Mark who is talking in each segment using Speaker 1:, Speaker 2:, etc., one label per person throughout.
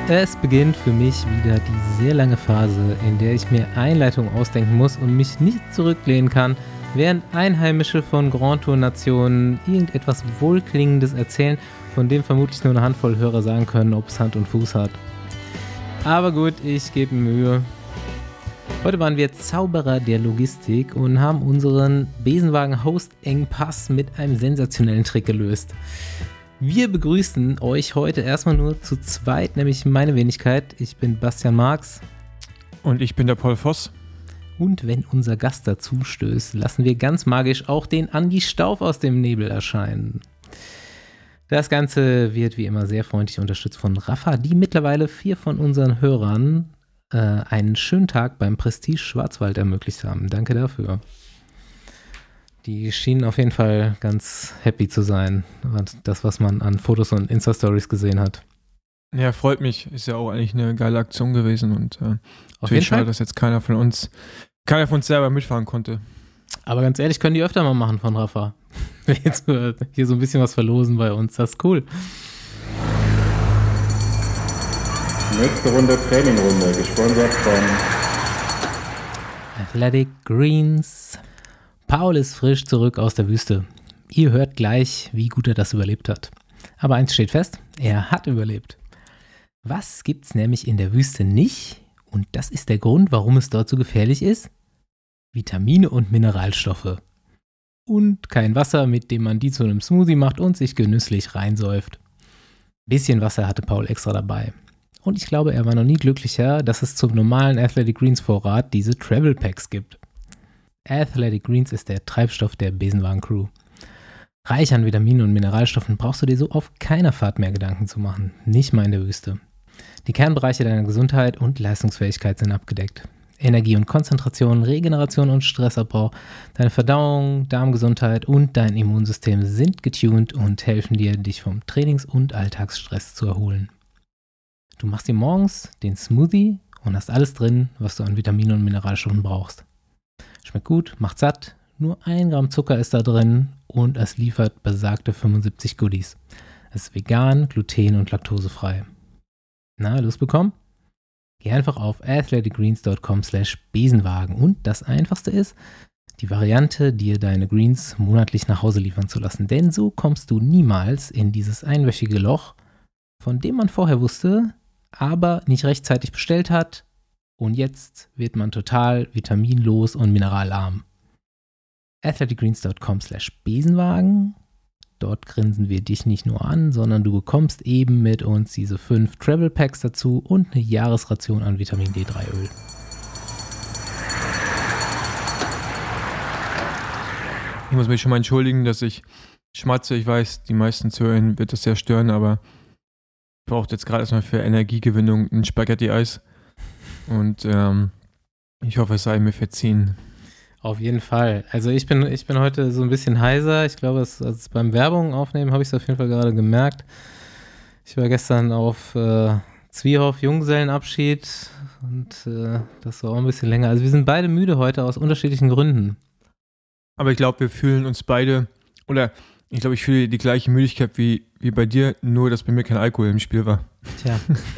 Speaker 1: Es beginnt für mich wieder die sehr lange Phase, in der ich mir Einleitungen ausdenken muss und mich nicht zurücklehnen kann, während Einheimische von Grand Tour-Nationen irgendetwas Wohlklingendes erzählen, von dem vermutlich nur eine Handvoll Hörer sagen können, ob es Hand und Fuß hat. Aber gut, ich gebe mir Mühe. Heute waren wir Zauberer der Logistik und haben unseren Besenwagen-Host-Engpass mit einem sensationellen Trick gelöst. Wir begrüßen euch heute erstmal nur zu zweit, nämlich meine Wenigkeit. Ich bin Bastian Marx.
Speaker 2: Und ich bin der Paul Voss.
Speaker 1: Und wenn unser Gast dazu stößt, lassen wir ganz magisch auch den Andi Stauf aus dem Nebel erscheinen. Das Ganze wird wie immer sehr freundlich unterstützt von Rafa, die mittlerweile 4 von unseren Hörern einen schönen Tag beim Prestige Schwarzwald ermöglicht haben. Danke dafür. Die schienen auf jeden Fall ganz happy zu sein. Das, was man an Fotos und Insta-Stories gesehen hat.
Speaker 2: Ja, freut mich. Ist ja auch eigentlich eine geile Aktion gewesen. Und
Speaker 1: auf jeden
Speaker 2: schade,
Speaker 1: Fall,
Speaker 2: dass jetzt keiner von uns selber mitfahren konnte.
Speaker 1: Aber ganz ehrlich, können die öfter mal machen von Rafa. Jetzt hier so ein bisschen was verlosen bei uns. Das ist cool.
Speaker 3: Nächste Runde Trainingrunde, gesponsert von
Speaker 1: Athletic Greens. Paul ist frisch zurück aus der Wüste. Ihr hört gleich, wie gut er das überlebt hat. Aber eins steht fest, er hat überlebt. Was gibt's nämlich in der Wüste nicht? Und das ist der Grund, warum es dort so gefährlich ist? Vitamine und Mineralstoffe. Und kein Wasser, mit dem man die zu einem Smoothie macht und sich genüsslich reinsäuft. Bisschen Wasser hatte Paul extra dabei. Und ich glaube, er war noch nie glücklicher, dass es zum normalen Athletic Greens Vorrat diese Travel Packs gibt. Athletic Greens ist der Treibstoff der Besenwagen-Crew. Reich an Vitaminen und Mineralstoffen brauchst du dir so auf keiner Fahrt mehr Gedanken zu machen. Nicht mal in der Wüste. Die Kernbereiche deiner Gesundheit und Leistungsfähigkeit sind abgedeckt. Energie und Konzentration, Regeneration und Stressabbau, deine Verdauung, Darmgesundheit und dein Immunsystem sind getuned und helfen dir, dich vom Trainings- und Alltagsstress zu erholen. Du machst dir morgens den Smoothie und hast alles drin, was du an Vitaminen und Mineralstoffen brauchst. Schmeckt gut, macht satt, nur 1 Gramm Zucker ist da drin und es liefert besagte 75 Goodies. Es ist vegan, gluten- und laktosefrei. Na, Lust bekommen? Geh einfach auf athleticgreens.com/Besenwagen und das Einfachste ist, die Variante, dir deine Greens monatlich nach Hause liefern zu lassen. Denn so kommst du niemals in dieses einwöchige Loch, von dem man vorher wusste, aber nicht rechtzeitig bestellt hat. Und jetzt wird man total vitaminlos und mineralarm. athleticgreens.com/Besenwagen. Dort grinsen wir dich nicht nur an, sondern du bekommst eben mit uns diese 5 Travel Packs dazu und eine Jahresration an Vitamin D3 Öl.
Speaker 2: Ich muss mich schon mal entschuldigen, dass ich schmatze. Ich weiß, die meisten Zuhörer wird das sehr stören, aber ich brauche jetzt gerade erstmal für Energiegewinnung ein Spaghetti-Eis. Und ich hoffe, es sei mir verziehen.
Speaker 1: Auf jeden Fall. Also ich bin heute so ein bisschen heiser. Ich glaube, beim Werbung aufnehmen habe ich es auf jeden Fall gerade gemerkt. Ich war gestern auf Zwiehoff Junggesellenabschied und das war auch ein bisschen länger. Also wir sind beide müde heute aus unterschiedlichen Gründen.
Speaker 2: Aber ich glaube, wir fühlen uns beide, oder ich glaube, ich fühle die gleiche Müdigkeit wie bei dir, nur dass bei mir kein Alkohol im Spiel war.
Speaker 1: Tja.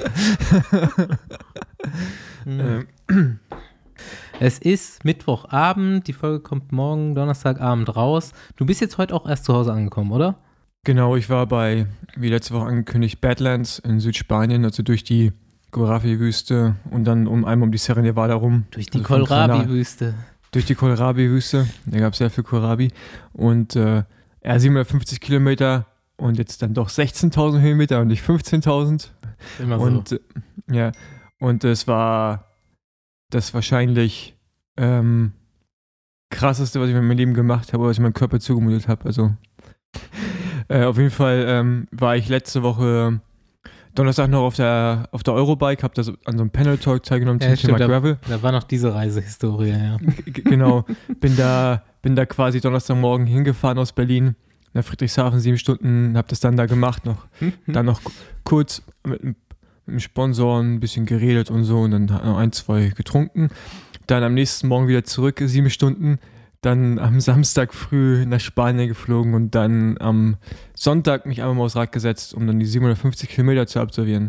Speaker 1: Es ist Mittwochabend, die Folge kommt morgen Donnerstagabend raus. Du bist jetzt heute auch erst zu Hause angekommen, oder?
Speaker 2: Genau, ich war bei, wie letzte Woche angekündigt, Badlands in Südspanien, also durch die Kohlrabi-Wüste und dann einmal um die Sierra Nevada rum.
Speaker 1: Durch die Kohlrabi-Wüste.
Speaker 2: Durch die Kohlrabi-Wüste, da gab es sehr viel Kohlrabi und 750 Kilometer und jetzt dann doch 16.000 Höhenmeter und nicht 15.000.
Speaker 1: Immer so.
Speaker 2: Und und es war das wahrscheinlich krasseste, was ich in meinem Leben gemacht habe, was ich meinem Körper zugemutet habe. Also auf jeden Fall war ich letzte Woche Donnerstag noch auf der Eurobike, habe das an so einem Panel-Talk teilgenommen zum Thema Gravel.
Speaker 1: Da war noch diese Reisehistorie, ja.
Speaker 2: Genau, bin da quasi Donnerstagmorgen hingefahren aus Berlin nach Friedrichshafen, 7 Stunden, habe das dann da gemacht, dann noch kurz mit dem Sponsor ein bisschen geredet und so und dann noch 1, 2 getrunken. Dann am nächsten Morgen wieder zurück, 7 Stunden, dann am Samstag früh nach Spanien geflogen und dann am Sonntag mich einmal mal aufs Rad gesetzt, um dann die 750 Kilometer zu absolvieren.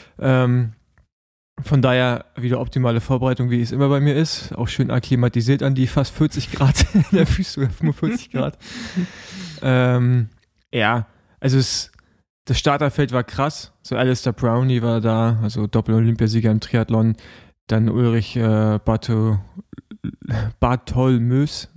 Speaker 2: Von daher wieder optimale Vorbereitung, wie es immer bei mir ist. Auch schön akklimatisiert an die fast 40 Grad in der Füße, oder 45 Grad. Ja, also das Starterfeld war krass. So Alistair Brownlee war da, also Doppel-Olympiasieger im Triathlon. Dann Ulrich Bartholmös,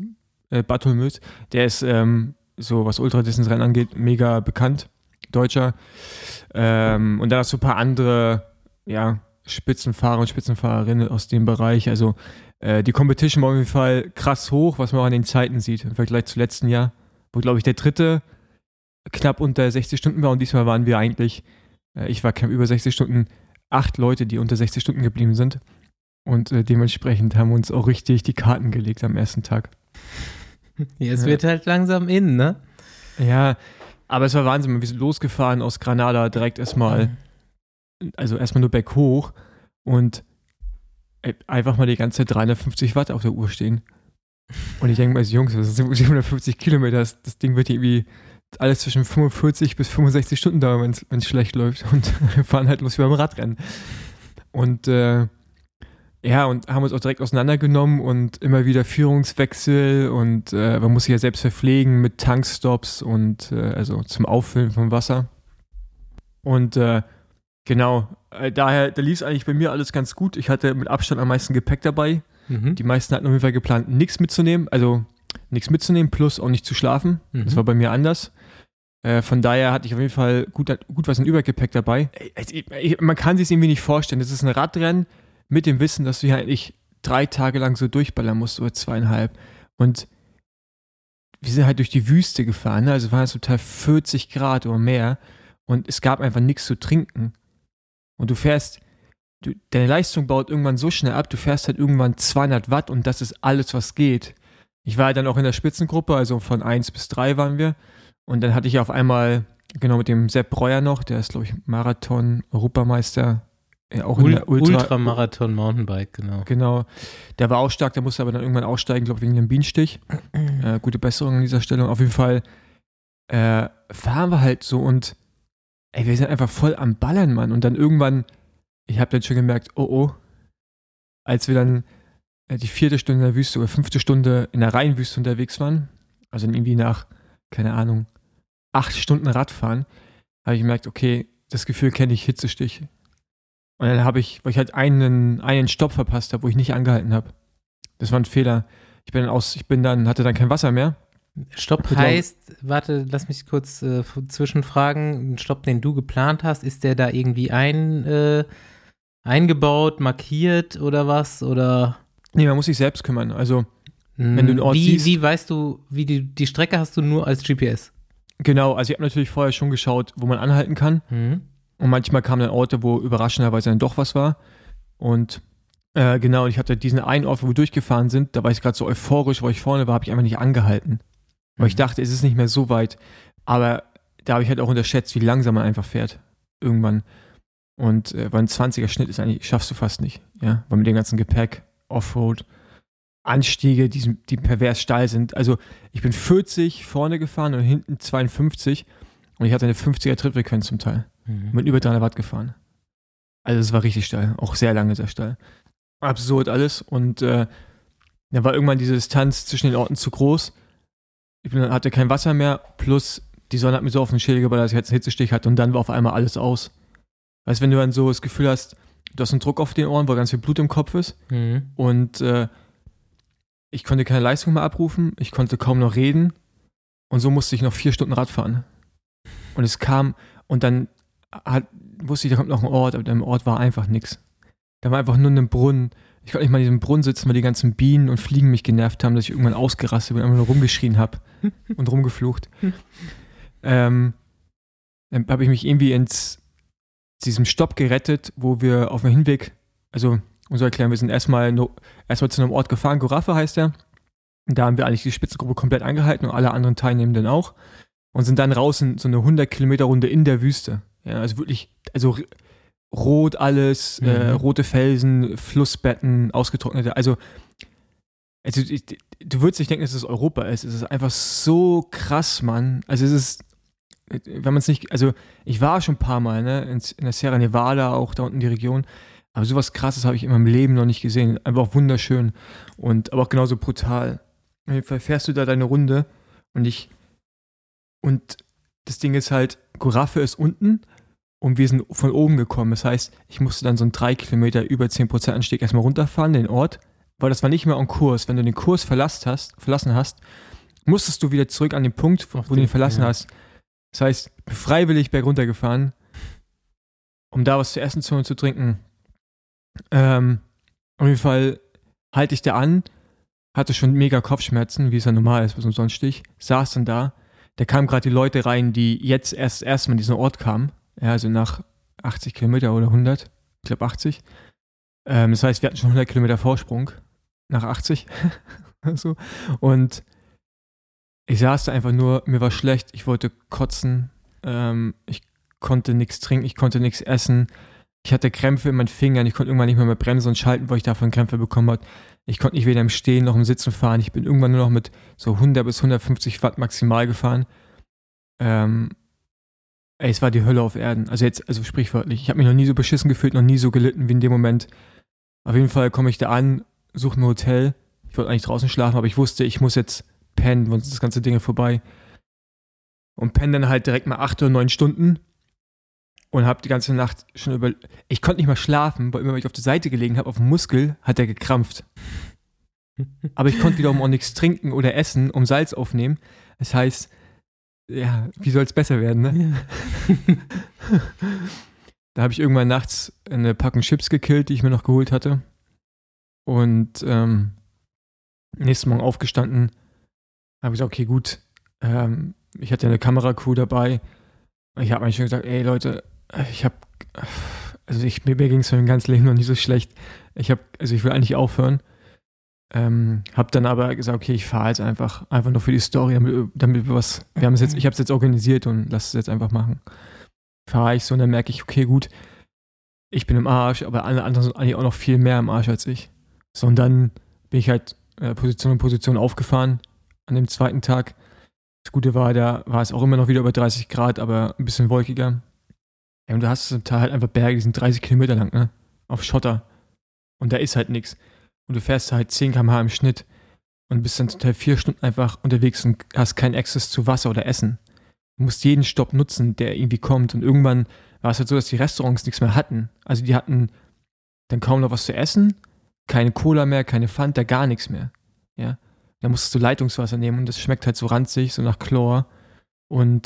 Speaker 2: der ist so, was Ultradistanzrennen angeht, mega bekannt, Deutscher. Und dann hast du ein paar andere, ja, Spitzenfahrer und Spitzenfahrerinnen aus dem Bereich. Also die Competition war auf jeden Fall krass hoch, was man auch an den Zeiten sieht, im Vergleich zum letzten Jahr, wo, glaube ich, der dritte knapp unter 60 Stunden war und diesmal waren wir eigentlich, ich war knapp über 60 Stunden, 8 Leute, die unter 60 Stunden geblieben sind. Und dementsprechend haben wir uns auch richtig die Karten gelegt am ersten Tag.
Speaker 1: Ja, es wird halt langsam in, ne?
Speaker 2: Ja, aber es war Wahnsinn. Wir sind losgefahren aus Granada direkt erstmal nur berghoch und einfach mal die ganze Zeit 350 Watt auf der Uhr stehen. Und ich denke mal, Jungs, das sind 750 Kilometer, das Ding wird irgendwie alles zwischen 45 bis 65 Stunden dauern, wenn es schlecht läuft. Und wir fahren halt los wie beim Radrennen. Und und haben uns auch direkt auseinandergenommen und immer wieder Führungswechsel und man muss sich ja selbst verpflegen mit Tankstops und also zum Auffüllen von Wasser. Und genau, da lief es eigentlich bei mir alles ganz gut. Ich hatte mit Abstand am meisten Gepäck dabei. Die meisten hatten auf jeden Fall geplant, nichts mitzunehmen, plus auch nicht zu schlafen. Das war bei mir anders. Von daher hatte ich auf jeden Fall gut was in Übergepäck dabei. Man kann sich es irgendwie nicht vorstellen. Das ist ein Radrennen mit dem Wissen, dass du ja eigentlich 3 Tage lang so durchballern musst oder 2,5. Und wir sind halt durch die Wüste gefahren, ne? Also waren es total 40 Grad oder mehr und es gab einfach nichts zu trinken. Und deine Leistung baut irgendwann so schnell ab, du fährst halt irgendwann 200 Watt und das ist alles, was geht. Ich war halt dann auch in der Spitzengruppe, also von 1 bis 3 waren wir. Und dann hatte ich auf einmal, genau mit dem Sepp Breuer noch, der ist, glaube ich, Marathon-Europameister, auch in der
Speaker 1: Ultramarathon Mountainbike, genau.
Speaker 2: Genau, der war auch stark, der musste aber dann irgendwann aussteigen, glaube ich, wegen dem Bienenstich. Gute Besserung an dieser Stelle. Und auf jeden Fall fahren wir halt so und wir sind einfach voll am Ballern, Mann. Und dann irgendwann, ich habe dann schon gemerkt, als wir dann die 4. Stunde in der Wüste oder 5. Stunde in der Rheinwüste unterwegs waren, also irgendwie nach, keine Ahnung, 8 Stunden Radfahren, habe ich gemerkt, okay, das Gefühl kenne ich, Hitzestich. Und dann weil ich halt einen Stopp verpasst habe, wo ich nicht angehalten habe. Das war ein Fehler. Hatte dann kein Wasser mehr.
Speaker 1: Stopp heißt, warte, lass mich kurz zwischenfragen. Ein Stopp, den du geplant hast, ist der da irgendwie eingebaut, markiert oder was? Oder?
Speaker 2: Nee, man muss sich selbst kümmern. Also, wenn du einen Ort siehst.
Speaker 1: Wie weißt du, die Strecke hast du nur als GPS?
Speaker 2: Genau, also ich habe natürlich vorher schon geschaut, wo man anhalten kann. Und manchmal kamen dann Orte, wo überraschenderweise dann doch was war. Und genau, ich hatte diesen einen Ort, wo wir durchgefahren sind, da war ich gerade so euphorisch, wo ich vorne war, habe ich einfach nicht angehalten. Weil ich dachte, es ist nicht mehr so weit. Aber da habe ich halt auch unterschätzt, wie langsam man einfach fährt. Irgendwann. Und weil ein 20er-Schnitt ist eigentlich, schaffst du fast nicht. Ja, weil mit dem ganzen Gepäck, Offroad, Anstiege, die pervers steil sind. Also ich bin 40 vorne gefahren und hinten 52 und ich hatte eine 50er Trittfrequenz zum Teil. Mit über 300 Watt gefahren. Also es war richtig steil, auch sehr lange sehr steil. Absurd alles und dann war irgendwann diese Distanz zwischen den Orten zu groß. Hatte kein Wasser mehr, plus die Sonne hat mir so auf den Schädel geballert, dass ich jetzt einen Hitzestich hatte und dann war auf einmal alles aus. Weißt du, wenn du dann so das Gefühl hast, du hast einen Druck auf den Ohren, weil ganz viel Blut im Kopf ist und ich konnte keine Leistung mehr abrufen, ich konnte kaum noch reden und so musste ich noch 4 Stunden Rad fahren. Und es kam und dann wusste ich, da kommt noch ein Ort, aber im Ort war einfach nichts. Da war einfach nur ein Brunnen. Ich konnte nicht mal in diesem Brunnen sitzen, weil die ganzen Bienen und Fliegen mich genervt haben, dass ich irgendwann ausgerastet bin und einfach nur rumgeschrien habe und rumgeflucht. Dann habe ich mich irgendwie diesem Stopp gerettet, wo wir auf dem Hinweg, also um so erklären, wir sind erstmal zu einem Ort gefahren, Goraffe heißt der. Und da haben wir eigentlich die Spitzengruppe komplett angehalten und alle anderen Teilnehmenden auch. Und sind dann raus in so eine 100-Kilometer-Runde in der Wüste. Ja, also wirklich, rot alles, rote Felsen, Flussbetten, ausgetrocknete, also Also du würdest nicht denken, dass es Europa ist. Es ist einfach so krass, Mann. Also es ist, wenn man es nicht, also ich war schon ein paar Mal, ne, in der Sierra Nevada, auch da unten die Region, aber sowas Krasses habe ich in meinem Leben noch nicht gesehen. Einfach auch wunderschön und aber auch genauso brutal. Auf jeden Fall fährst du da deine Runde und das Ding ist halt, Giraffe ist unten und wir sind von oben gekommen. Das heißt, ich musste dann so einen 3 Kilometer über 10% Anstieg erstmal runterfahren, den Ort, weil das war nicht mehr on Kurs. Wenn du den Kurs verlassen hast, musstest du wieder zurück an den Punkt, wo du ihn verlassen hast. Das heißt, freiwillig bergunter gefahren, um da was zu essen und zu trinken. Auf jeden Fall halte ich da an, hatte schon mega Kopfschmerzen, wie es ja normal ist bei so einem Sonnenstich, saß dann da kamen gerade die Leute rein, die jetzt erstmal in diesen Ort kamen, ja, also nach 80 Kilometer oder 100, ich glaube 80. Das heißt, wir hatten schon 100 Kilometer Vorsprung nach 80. so. Und ich saß da einfach nur, mir war schlecht, ich wollte kotzen, ich konnte nichts trinken, ich konnte nichts essen, ich hatte Krämpfe in meinen Fingern, ich konnte irgendwann nicht mehr bremsen und schalten, weil ich davon Krämpfe bekommen habe. Ich konnte nicht weder im Stehen noch im Sitzen fahren. Ich bin irgendwann nur noch mit so 100 bis 150 Watt maximal gefahren. Es war die Hölle auf Erden. Also sprichwörtlich. Ich habe mich noch nie so beschissen gefühlt, noch nie so gelitten wie in dem Moment. Auf jeden Fall komme ich da an, suche ein Hotel. Ich wollte eigentlich draußen schlafen, aber ich wusste, ich muss jetzt pennen, sonst ist das ganze Ding vorbei. Und penne dann halt direkt mal 8 oder 9 Stunden. Und habe die ganze Nacht schon ich konnte nicht mal schlafen, weil immer, wenn ich auf der Seite gelegen habe, auf dem Muskel, hat der gekrampft. Aber ich konnte wiederum auch nichts trinken oder essen, um Salz aufnehmen. Das heißt, ja, wie soll es besser werden, ne? Ja. Da habe ich irgendwann nachts eine Packung Chips gekillt, die ich mir noch geholt hatte. Und nächsten Morgen aufgestanden, habe gesagt, okay, gut, ich hatte eine Kameracrew dabei. Ich habe eigentlich schon gesagt, ey Leute, mir ging es mein ganzes Leben noch nie so schlecht. Ich will eigentlich aufhören. Hab dann aber gesagt, okay, ich fahre jetzt einfach nur für die Story, damit wir was, ich habe es jetzt organisiert und lass es jetzt einfach machen. Fahre ich so und dann merke ich, okay, gut, ich bin im Arsch, aber alle anderen sind eigentlich auch noch viel mehr im Arsch als ich. So, und dann bin ich halt Position aufgefahren an dem zweiten Tag. Das Gute war, da war es auch immer noch wieder über 30 Grad, aber ein bisschen wolkiger. Ja, und du hast zum Teil halt einfach Berge, die sind 30 Kilometer lang, ne? Auf Schotter. Und da ist halt nichts. Und du fährst halt 10 km/h im Schnitt und bist dann zum Teil 4 Stunden einfach unterwegs und hast keinen Access zu Wasser oder Essen. Du musst jeden Stopp nutzen, der irgendwie kommt. Und irgendwann war es halt so, dass die Restaurants nichts mehr hatten. Also die hatten dann kaum noch was zu essen, keine Cola mehr, keine Fanta, gar nichts mehr. Ja. Da musstest du Leitungswasser nehmen und das schmeckt halt so ranzig, so nach Chlor. Und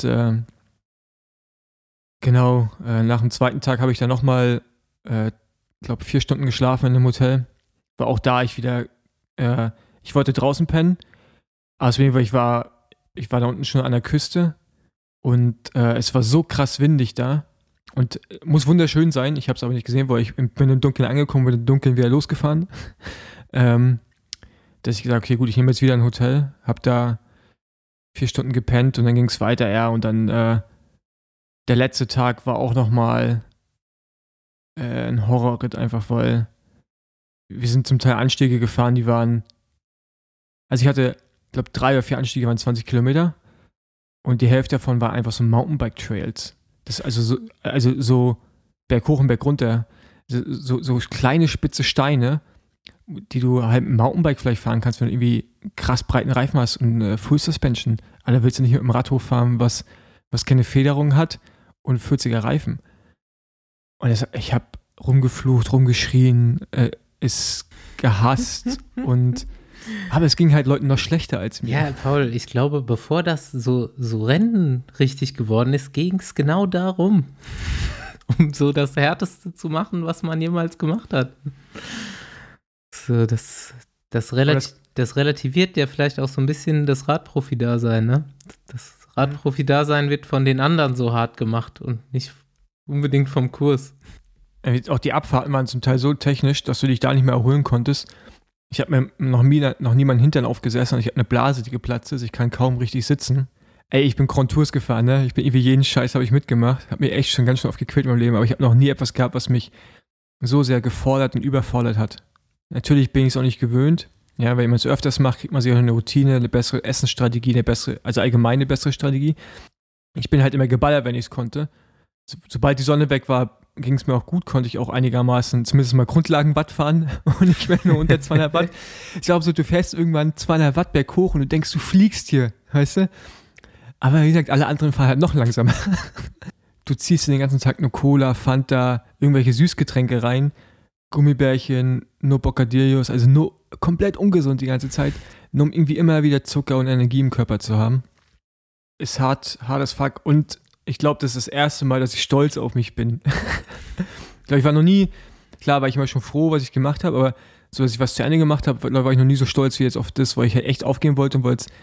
Speaker 2: nach dem zweiten Tag habe ich dann nochmal, 4 Stunden geschlafen in einem Hotel. War auch da ich wollte draußen pennen. Also ich war da unten schon an der Küste und es war so krass windig da und muss wunderschön sein. Ich habe es aber nicht gesehen, weil ich bin im Dunkeln angekommen, bin im Dunkeln wieder losgefahren. Dass ich gesagt habe, okay, gut, ich nehme jetzt wieder ein Hotel, habe da 4 Stunden gepennt und dann ging es weiter, ja, und dann der letzte Tag war auch nochmal ein Horrorritt einfach, weil wir sind zum Teil Anstiege gefahren, die waren, also ich hatte, ich glaube 3 oder 4 Anstiege waren 20 Kilometer und die Hälfte davon war einfach so Mountainbike-Trails. Das also so berghoch und bergunter, so kleine spitze Steine, die du halt mit dem Mountainbike vielleicht fahren kannst, wenn du irgendwie krass breiten Reifen hast und Full Suspension. Aber da willst du nicht mit dem Rad hochfahren, was keine Federung hat und 40er Reifen. Und ich habe rumgeflucht, rumgeschrien, ist gehasst aber es ging halt Leuten noch schlechter als mir.
Speaker 1: Ja, Paul, ich glaube, bevor das so Rennen richtig geworden ist, ging es genau darum, um so das Härteste zu machen, was man jemals gemacht hat. So, das relativiert ja vielleicht auch so ein bisschen das Radprofi-Dasein, ne? Das Radprofi-Dasein wird von den anderen so hart gemacht und nicht unbedingt vom Kurs.
Speaker 2: Auch die Abfahrten waren zum Teil so technisch, dass du dich da nicht mehr erholen konntest. Ich habe mir noch nie meinen Hintern aufgesessen und ich habe eine Blase, die geplatzt ist. Ich kann kaum richtig sitzen. Ey, ich bin Grand Tours gefahren, ne? Ich bin irgendwie jeden Scheiß habe ich mitgemacht. Habe mir echt schon ganz schön oft gequält in meinem Leben, aber ich habe noch nie etwas gehabt, was mich so sehr gefordert und überfordert hat. Natürlich bin ich es auch nicht gewöhnt, Ja, wenn man es öfters macht, kriegt man sich auch eine Routine, eine bessere Essensstrategie, also allgemein eine bessere Strategie. Ich bin halt immer geballert, wenn ich es konnte. Sobald die Sonne weg war, ging es mir auch gut, konnte ich auch einigermaßen zumindest mal Grundlagenwatt fahren und nicht mehr nur unter 200 Watt. Ich glaube so, du fährst irgendwann 200 Watt berg hoch und du denkst, du fliegst hier, weißt du? Aber wie gesagt, alle anderen fahren halt noch langsamer. Du ziehst den ganzen Tag nur Cola, Fanta, irgendwelche Süßgetränke rein, Gummibärchen, nur Bocadillos, also nur komplett ungesund die ganze Zeit, nur um irgendwie immer wieder Zucker und Energie im Körper zu haben. Ist hart as fuck und ich glaube, das ist das erste Mal, dass ich stolz auf mich bin. Ich glaube, ich war noch nie, klar war ich immer schon froh, was ich gemacht habe, aber so, dass ich was zu Ende gemacht habe, war ich noch nie so stolz wie jetzt auf das, weil ich halt echt aufgeben wollte und weil es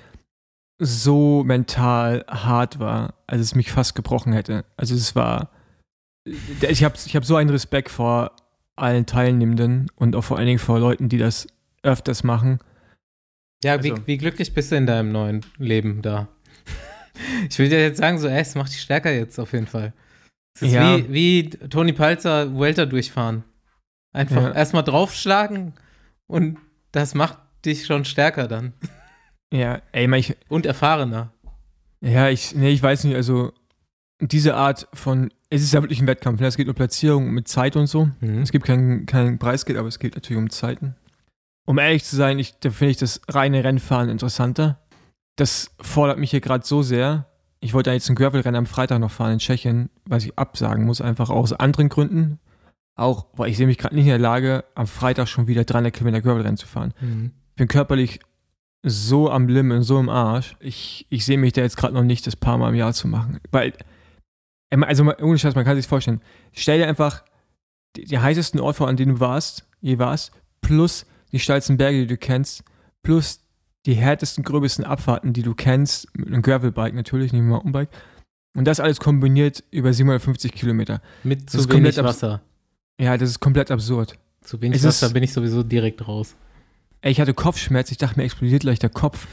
Speaker 2: so mental hart war, als es mich fast gebrochen hätte. Also es war, ich hab so einen Respekt vor allen Teilnehmenden und auch vor allen Dingen vor Leuten, die das öfters machen.
Speaker 1: Ja,
Speaker 2: Also,
Speaker 1: wie glücklich bist du in deinem neuen Leben da? Ich will dir jetzt sagen, so, es macht dich stärker jetzt auf jeden Fall. Es ist
Speaker 2: ja,
Speaker 1: wie Toni Palzer Vuelta durchfahren. Einfach erstmal draufschlagen und das macht dich schon stärker dann.
Speaker 2: ja, ey,
Speaker 1: Und erfahrener.
Speaker 2: ja, ich weiß nicht, also diese Art von, es ist ja wirklich ein Wettkampf, ne? Es geht um Platzierung mit Zeit und so.
Speaker 1: Mhm.
Speaker 2: Es gibt kein Preisgeld, aber es geht natürlich um Zeiten. Um ehrlich zu sein, da finde ich das reine Rennfahren interessanter. Das fordert mich hier gerade so sehr. Ich wollte eigentlich zum Gravelrennen am Freitag noch fahren in Tschechien, was ich absagen muss, einfach aus anderen Gründen. Auch, weil ich sehe mich gerade nicht in der Lage, am Freitag schon wieder 300 Kilometer Gravelrennen zu fahren.
Speaker 1: Mhm.
Speaker 2: Ich bin körperlich so am Limit, so im Arsch. Ich sehe mich da jetzt gerade noch nicht, das paar Mal im Jahr zu machen. Weil, also ohne Scheiß, man kann sich vorstellen, stell dir einfach die heißesten Orte vor, an denen du je warst, plus die steilsten Berge, die du kennst, plus die härtesten, gröbsten Abfahrten, die du kennst, mit einem Gravelbike natürlich, nicht mit einem Mountainbike. Und das alles kombiniert über 750 Kilometer.
Speaker 1: Mit
Speaker 2: Das
Speaker 1: zu
Speaker 2: ist
Speaker 1: wenig
Speaker 2: komplett
Speaker 1: Wasser.
Speaker 2: Ja, das ist komplett absurd.
Speaker 1: Zu wenig
Speaker 2: Es
Speaker 1: Wasser
Speaker 2: ist-
Speaker 1: bin ich sowieso direkt raus.
Speaker 2: Ey, ich hatte Kopfschmerz, ich dachte, mir explodiert gleich der Kopf.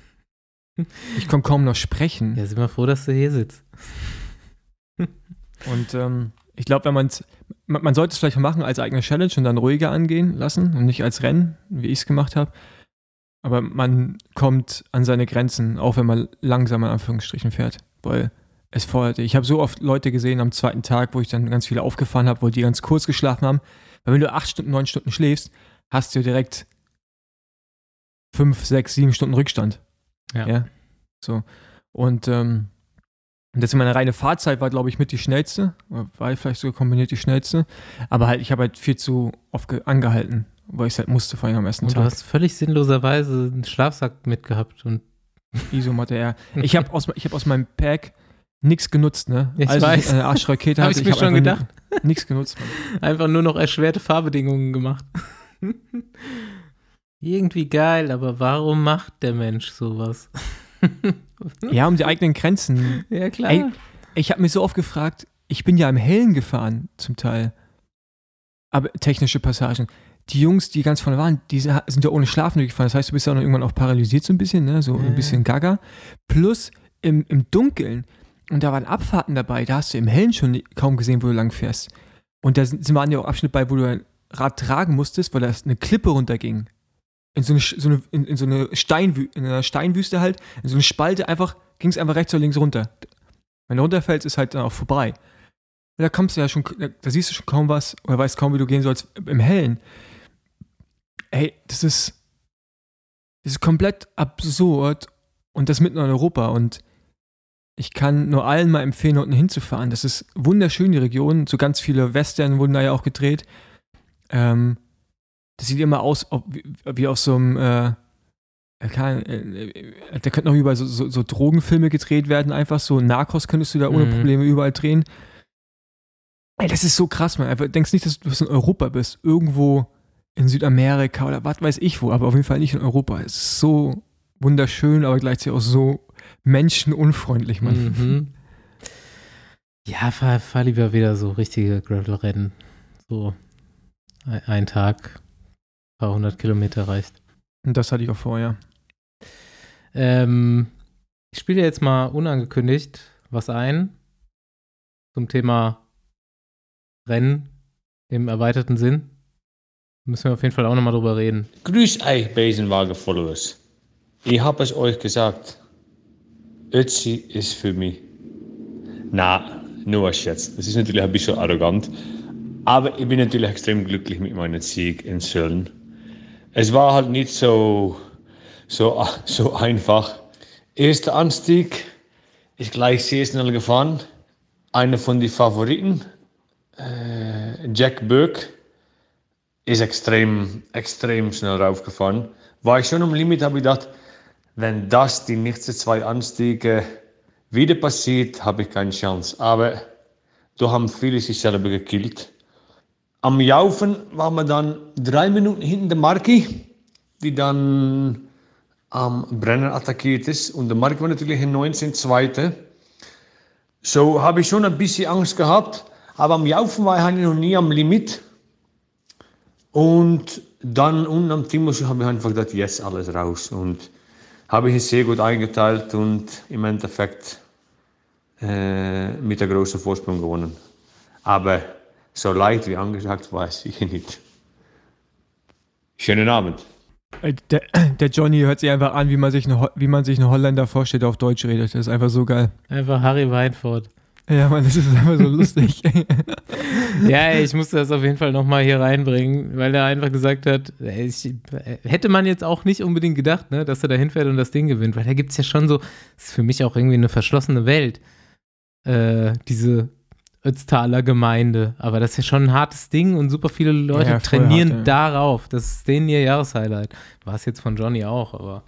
Speaker 2: Ich konnte kaum noch sprechen.
Speaker 1: Ja, sind wir froh, dass du hier sitzt.
Speaker 2: Und ich glaube, man sollte es vielleicht machen als eigene Challenge und dann ruhiger angehen lassen und nicht als Rennen, wie ich es gemacht habe. Aber man kommt an seine Grenzen, auch wenn man langsam in Anführungsstrichen fährt, weil es fordert. Ich habe so oft Leute gesehen am zweiten Tag, wo ich dann ganz viele aufgefahren habe, wo die ganz kurz geschlafen haben. Weil wenn du 8 Stunden, 9 Stunden schläfst, hast du direkt 5, 6, 7 Stunden Rückstand.
Speaker 1: Ja.
Speaker 2: So. Und das in meiner reine Fahrzeit war, glaube ich, mit die schnellste. Oder war vielleicht sogar kombiniert die schnellste. Aber halt, ich habe halt viel zu oft angehalten, weil ich es halt musste, vor allem am ersten
Speaker 1: Und
Speaker 2: Tag.
Speaker 1: du hast völlig sinnloserweise einen Schlafsack mitgehabt. Und
Speaker 2: Isomatte, ja. Ich hab aus meinem Pack nichts genutzt, ne?
Speaker 1: Ich
Speaker 2: Also
Speaker 1: weiß.
Speaker 2: eine Arschrakete
Speaker 1: Hab
Speaker 2: hatte,
Speaker 1: ich mir
Speaker 2: hab
Speaker 1: schon
Speaker 2: einfach
Speaker 1: gedacht.
Speaker 2: Nichts genutzt, Mann.
Speaker 1: einfach nur noch erschwerte Fahrbedingungen gemacht. Irgendwie geil, aber warum macht der Mensch sowas?
Speaker 2: Ja, um die eigenen Grenzen.
Speaker 1: Ja, klar.
Speaker 2: Ey, ich habe mich so oft gefragt, ich bin ja im Hellen gefahren, zum Teil. Aber technische Passagen. Die Jungs, die ganz vorne waren, die sind ja ohne Schlafen durchgefahren. Das heißt, du bist ja auch noch irgendwann auch paralysiert so ein bisschen, ne? So ein bisschen gaga. Plus im Dunkeln. Und da waren Abfahrten dabei, da hast du im Hellen schon kaum gesehen, wo du lang fährst. Und da waren ja auch Abschnitte bei, wo du ein Rad tragen musstest, weil da eine Klippe runterging. In einer Steinwüste halt, in so eine Spalte ging es einfach rechts oder links runter. Wenn du runterfällst, ist halt dann auch vorbei. Und da kommst du ja schon, da siehst du schon kaum was oder weißt kaum, wie du gehen sollst im Hellen. Ey, das ist komplett absurd und das mitten in Europa und ich kann nur allen mal empfehlen, unten hinzufahren. Das ist wunderschön, die Region. So ganz viele Western wurden da ja auch gedreht. Das sieht immer aus wie auf so einem da könnten auch überall so Drogenfilme gedreht werden, einfach so. Narcos könntest du da ohne Probleme überall drehen. Ey, das ist so krass, man. Einfach denkst nicht, dass du in Europa bist. Irgendwo in Südamerika oder was weiß ich wo, aber auf jeden Fall nicht in Europa. Es ist so wunderschön, aber gleichzeitig auch so menschenunfreundlich, Mann.
Speaker 1: Mhm. Ja, fahr lieber wieder so richtige Gravel-Rennen. So ein Tag, ein paar 100 Kilometer reicht.
Speaker 2: Und das hatte ich auch vorher.
Speaker 1: Ich spiele jetzt mal unangekündigt was ein zum Thema Rennen im erweiterten Sinn. Müssen wir auf jeden Fall auch nochmal drüber reden.
Speaker 4: Grüß euch, Besenwagen-Followers. Ich habe es euch gesagt. Ötzi ist für mich. Na, nur ein Scherz. Das ist natürlich ein bisschen arrogant. Aber ich bin natürlich extrem glücklich mit meinem Sieg in Sölden. Es war halt nicht so einfach. Erster Anstieg ist gleich sehr schnell gefahren. Einer von den Favoriten, Jack Burke, ist extrem schnell raufgefahren. War ich schon am Limit, habe ich gedacht, wenn das die nächsten 2 Anstiege wieder passiert, habe ich keine Chance. Aber da haben viele sich selber gekillt. Am Jaufen waren wir dann 3 Minuten hinten der Marki, die dann am Brenner attackiert ist. Und der Marki war natürlich in 19 Zweite. So habe ich schon ein bisschen Angst gehabt. Aber am Jaufen war ich eigentlich noch nie am Limit. Und dann unten am Timos habe ich einfach gedacht, yes, alles raus. Und habe ich es sehr gut eingeteilt und im Endeffekt mit der großen Vorsprung gewonnen. Aber so leicht wie angesagt war es sicher nicht. Schönen Abend.
Speaker 2: Der Johnny hört sich einfach an, wie man sich einen Holländer vorstellt, der auf Deutsch redet. Das ist einfach so geil.
Speaker 1: Einfach Harry Weinfurt.
Speaker 2: Ja, Mann, das ist einfach so lustig.
Speaker 1: Ja, ich musste das auf jeden Fall nochmal hier reinbringen, weil er einfach gesagt hat, hätte man jetzt auch nicht unbedingt gedacht, ne, dass er da hinfährt und das Ding gewinnt, weil da gibt es ja schon so, das ist für mich auch irgendwie eine verschlossene Welt, diese Ötztaler Gemeinde, aber das ist ja schon ein hartes Ding und super viele Leute trainieren hart, ja, darauf, das ist denen ihr Jahreshighlight. War es jetzt von Johnny auch, aber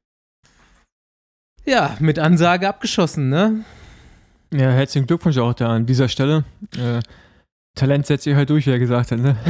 Speaker 1: ja, mit Ansage abgeschossen, ne?
Speaker 2: Ja, herzlichen Glückwunsch auch da an dieser Stelle. Talent setzt sich halt durch, wie er gesagt hat, ne?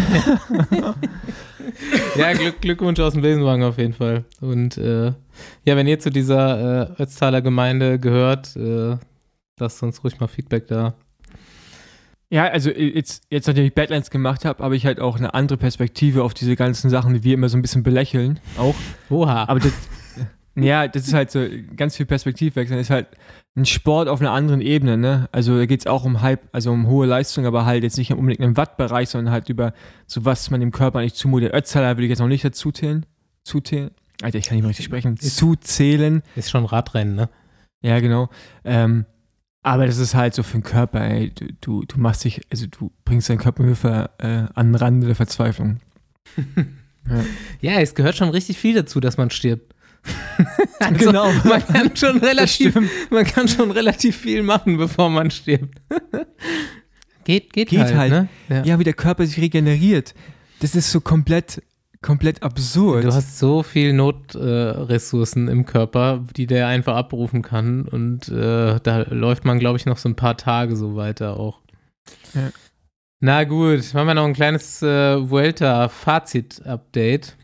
Speaker 1: Ja, Glückwunsch aus dem Besenwagen auf jeden Fall. Und ja, wenn ihr zu dieser Ötztaler Gemeinde gehört, lasst uns ruhig mal Feedback da.
Speaker 2: Ja, also jetzt nachdem ich Badlands gemacht habe, habe ich halt auch eine andere Perspektive auf diese ganzen Sachen, die wir immer so ein bisschen belächeln, auch.
Speaker 1: Oha.
Speaker 2: Aber das ist halt so ganz viel Perspektivwechsel. Das ist halt ein Sport auf einer anderen Ebene, ne? Also da geht es auch um hohe Leistung, aber halt jetzt nicht unbedingt im Wattbereich, sondern halt über so was man dem Körper nicht zumutet. Ötztaler würde ich jetzt noch nicht dazu zählen. Alter, ich kann nicht mehr richtig sprechen. Zuzählen.
Speaker 1: Ist schon Radrennen, ne?
Speaker 2: Ja, genau. Aber das ist halt so für den Körper, ey. Du machst dich, also du bringst deinen Körper an den Rand der Verzweiflung.
Speaker 1: Ja, es gehört schon richtig viel dazu, dass man stirbt. Also,
Speaker 2: genau.
Speaker 1: Man kann schon relativ viel machen, bevor man stirbt. Geht halt, ne?
Speaker 2: Ja, wie der Körper sich regeneriert. Das ist so komplett absurd.
Speaker 1: Du hast so viel Notressourcen im Körper, die der einfach abrufen kann und da läuft man, glaube ich, noch so ein paar Tage so weiter auch. Ja. Na gut, machen wir noch ein kleines Vuelta-Fazit-Update.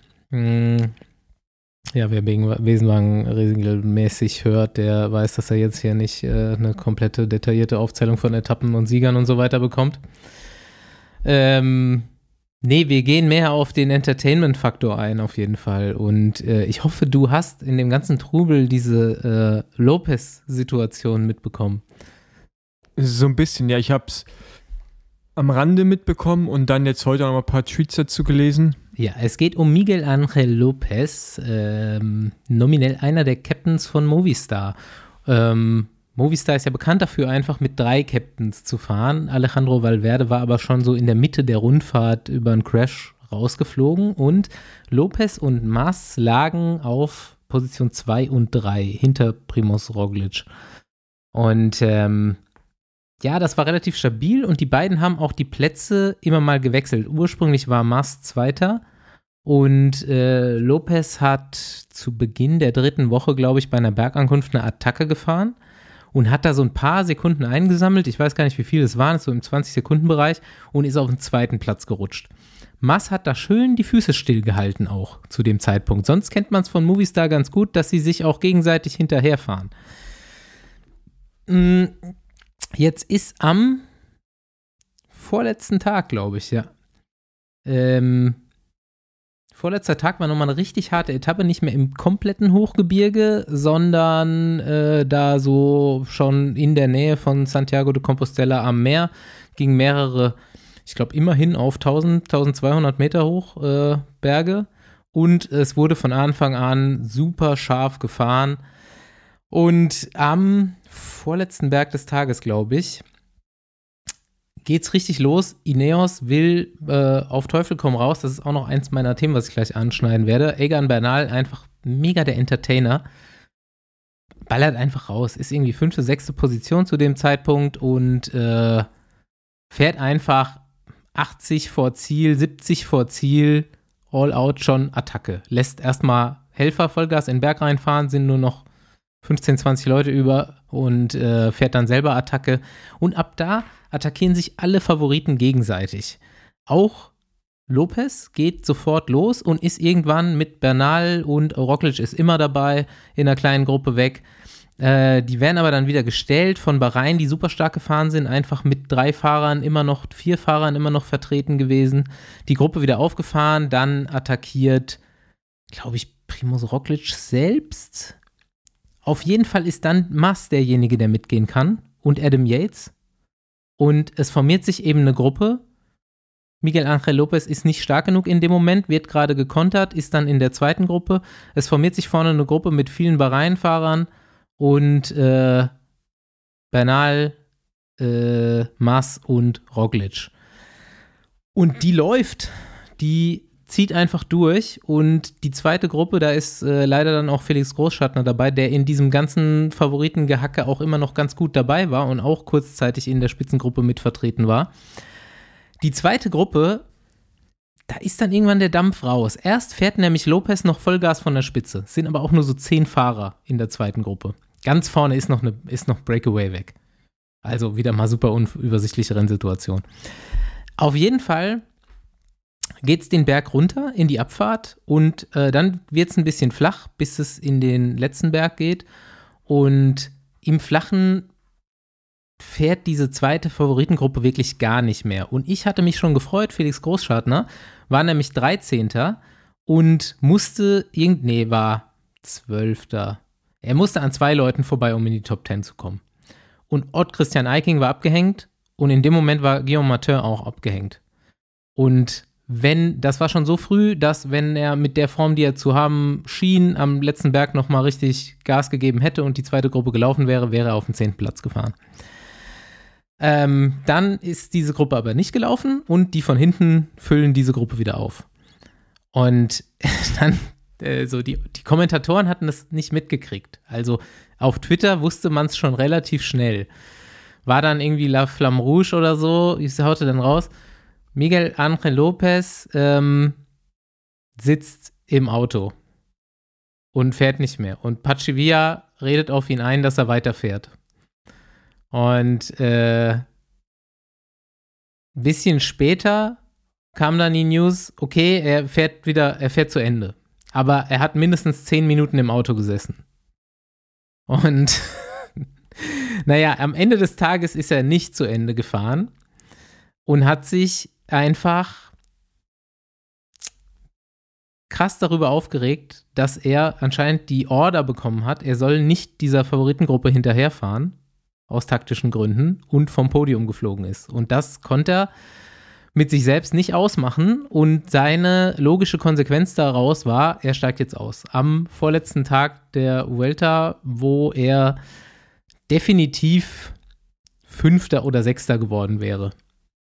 Speaker 1: Ja, wer Besenwagen regelmäßig hört, der weiß, dass er jetzt hier nicht eine komplette detaillierte Aufzählung von Etappen und Siegern und so weiter bekommt. Nee, wir gehen mehr auf den Entertainment-Faktor ein, auf jeden Fall. Und ich hoffe, du hast in dem ganzen Trubel diese Lopez-Situation mitbekommen.
Speaker 2: So ein bisschen, ja. Ich hab's am Rande mitbekommen und dann jetzt heute noch mal ein paar Tweets dazu gelesen.
Speaker 1: Ja, es geht um Miguel Ángel López, nominell einer der Captains von Movistar. Movistar ist ja bekannt dafür, einfach mit 3 Captains zu fahren. Alejandro Valverde war aber schon so in der Mitte der Rundfahrt über einen Crash rausgeflogen und López und Mas lagen auf Position 2 und 3 hinter Primož Roglič. Und ja, das war relativ stabil und die beiden haben auch die Plätze immer mal gewechselt. Ursprünglich war Mas Zweiter und López hat zu Beginn der 3. Woche, glaube ich, bei einer Bergankunft eine Attacke gefahren und hat da so ein paar Sekunden eingesammelt. Ich weiß gar nicht, wie viel es waren, so im 20-Sekunden-Bereich und ist auf den 2. Platz gerutscht. Mas hat da schön die Füße stillgehalten auch zu dem Zeitpunkt. Sonst kennt man es von Movistar ganz gut, dass sie sich auch gegenseitig hinterherfahren. Jetzt ist am vorletzten Tag, glaube ich, ja. Vorletzter Tag war nochmal eine richtig harte Etappe, nicht mehr im kompletten Hochgebirge, sondern da so schon in der Nähe von Santiago de Compostela am Meer, gingen mehrere, ich glaube, immerhin auf 1000, 1200 Meter hoch Berge. Und es wurde von Anfang an super scharf gefahren. Und am vorletzten Berg des Tages, glaube ich, geht's richtig los. Ineos will auf Teufel komm raus. Das ist auch noch eins meiner Themen, was ich gleich anschneiden werde. Egan Bernal, einfach mega der Entertainer. Ballert einfach raus. Ist irgendwie 5., 6. Position zu dem Zeitpunkt und fährt einfach 80 vor Ziel, 70 vor Ziel, all out schon Attacke. Lässt erstmal Helfer Vollgas in den Berg reinfahren, sind nur noch 15, 20 Leute über und fährt dann selber Attacke. Und ab da attackieren sich alle Favoriten gegenseitig. Auch Lopez geht sofort los und ist irgendwann mit Bernal und Roglic ist immer dabei in einer kleinen Gruppe weg. Die werden aber dann wieder gestellt von Bahrain, die super stark gefahren sind, einfach mit 4 Fahrern immer noch vertreten gewesen. Die Gruppe wieder aufgefahren, dann attackiert, glaube ich, Primož Roglic selbst. Auf jeden Fall ist dann Mas derjenige, der mitgehen kann und Adam Yates. Und es formiert sich eben eine Gruppe. Miguel Ángel López ist nicht stark genug in dem Moment, wird gerade gekontert, ist dann in der zweiten Gruppe. Es formiert sich vorne eine Gruppe mit vielen Bahrain-Fahrern und Bernal, Mas und Roglic. Und die läuft, die zieht einfach durch und die zweite Gruppe, da ist leider dann auch Felix Großschartner dabei, der in diesem ganzen Favoritengehacke auch immer noch ganz gut dabei war und auch kurzzeitig in der Spitzengruppe mit vertreten war. Die zweite Gruppe, da ist dann irgendwann der Dampf raus. Erst fährt nämlich Lopez noch Vollgas von der Spitze, es sind aber auch nur so 10 Fahrer in der zweiten Gruppe. Ganz vorne ist noch Breakaway weg. Also wieder mal super unübersichtliche Rennsituation. Auf jeden Fall geht es den Berg runter in die Abfahrt und dann wird es ein bisschen flach, bis es in den letzten Berg geht. Und im Flachen fährt diese zweite Favoritengruppe wirklich gar nicht mehr. Und ich hatte mich schon gefreut, Felix Großschartner war nämlich 13. und war 12. Er musste an 2 Leuten vorbei, um in die Top 10 zu kommen. Und Ott Christian Eiking war abgehängt und in dem Moment war Guillaume Martin auch abgehängt. Und das war schon so früh, dass wenn er mit der Form, die er zu haben schien, am letzten Berg nochmal richtig Gas gegeben hätte und die zweite Gruppe gelaufen wäre, wäre er auf den 10. Platz gefahren. Dann ist diese Gruppe aber nicht gelaufen und die von hinten füllen diese Gruppe wieder auf. Und dann die Kommentatoren hatten das nicht mitgekriegt. Also auf Twitter wusste man es schon relativ schnell. War dann irgendwie La Flamme Rouge oder so, ich haute dann raus, Miguel Ángel López sitzt im Auto und fährt nicht mehr. Und Pachivia redet auf ihn ein, dass er weiterfährt. Und ein bisschen später kam dann die News, okay, er fährt zu Ende. Aber er hat mindestens 10 Minuten im Auto gesessen. Und naja, am Ende des Tages ist er nicht zu Ende gefahren und hat sich einfach krass darüber aufgeregt, dass er anscheinend die Order bekommen hat, er soll nicht dieser Favoritengruppe hinterherfahren, aus taktischen Gründen, und vom Podium geflogen ist. Und das konnte er mit sich selbst nicht ausmachen und seine logische Konsequenz daraus war, er steigt jetzt aus. Am vorletzten Tag der Vuelta, wo er definitiv 5. oder 6. geworden wäre.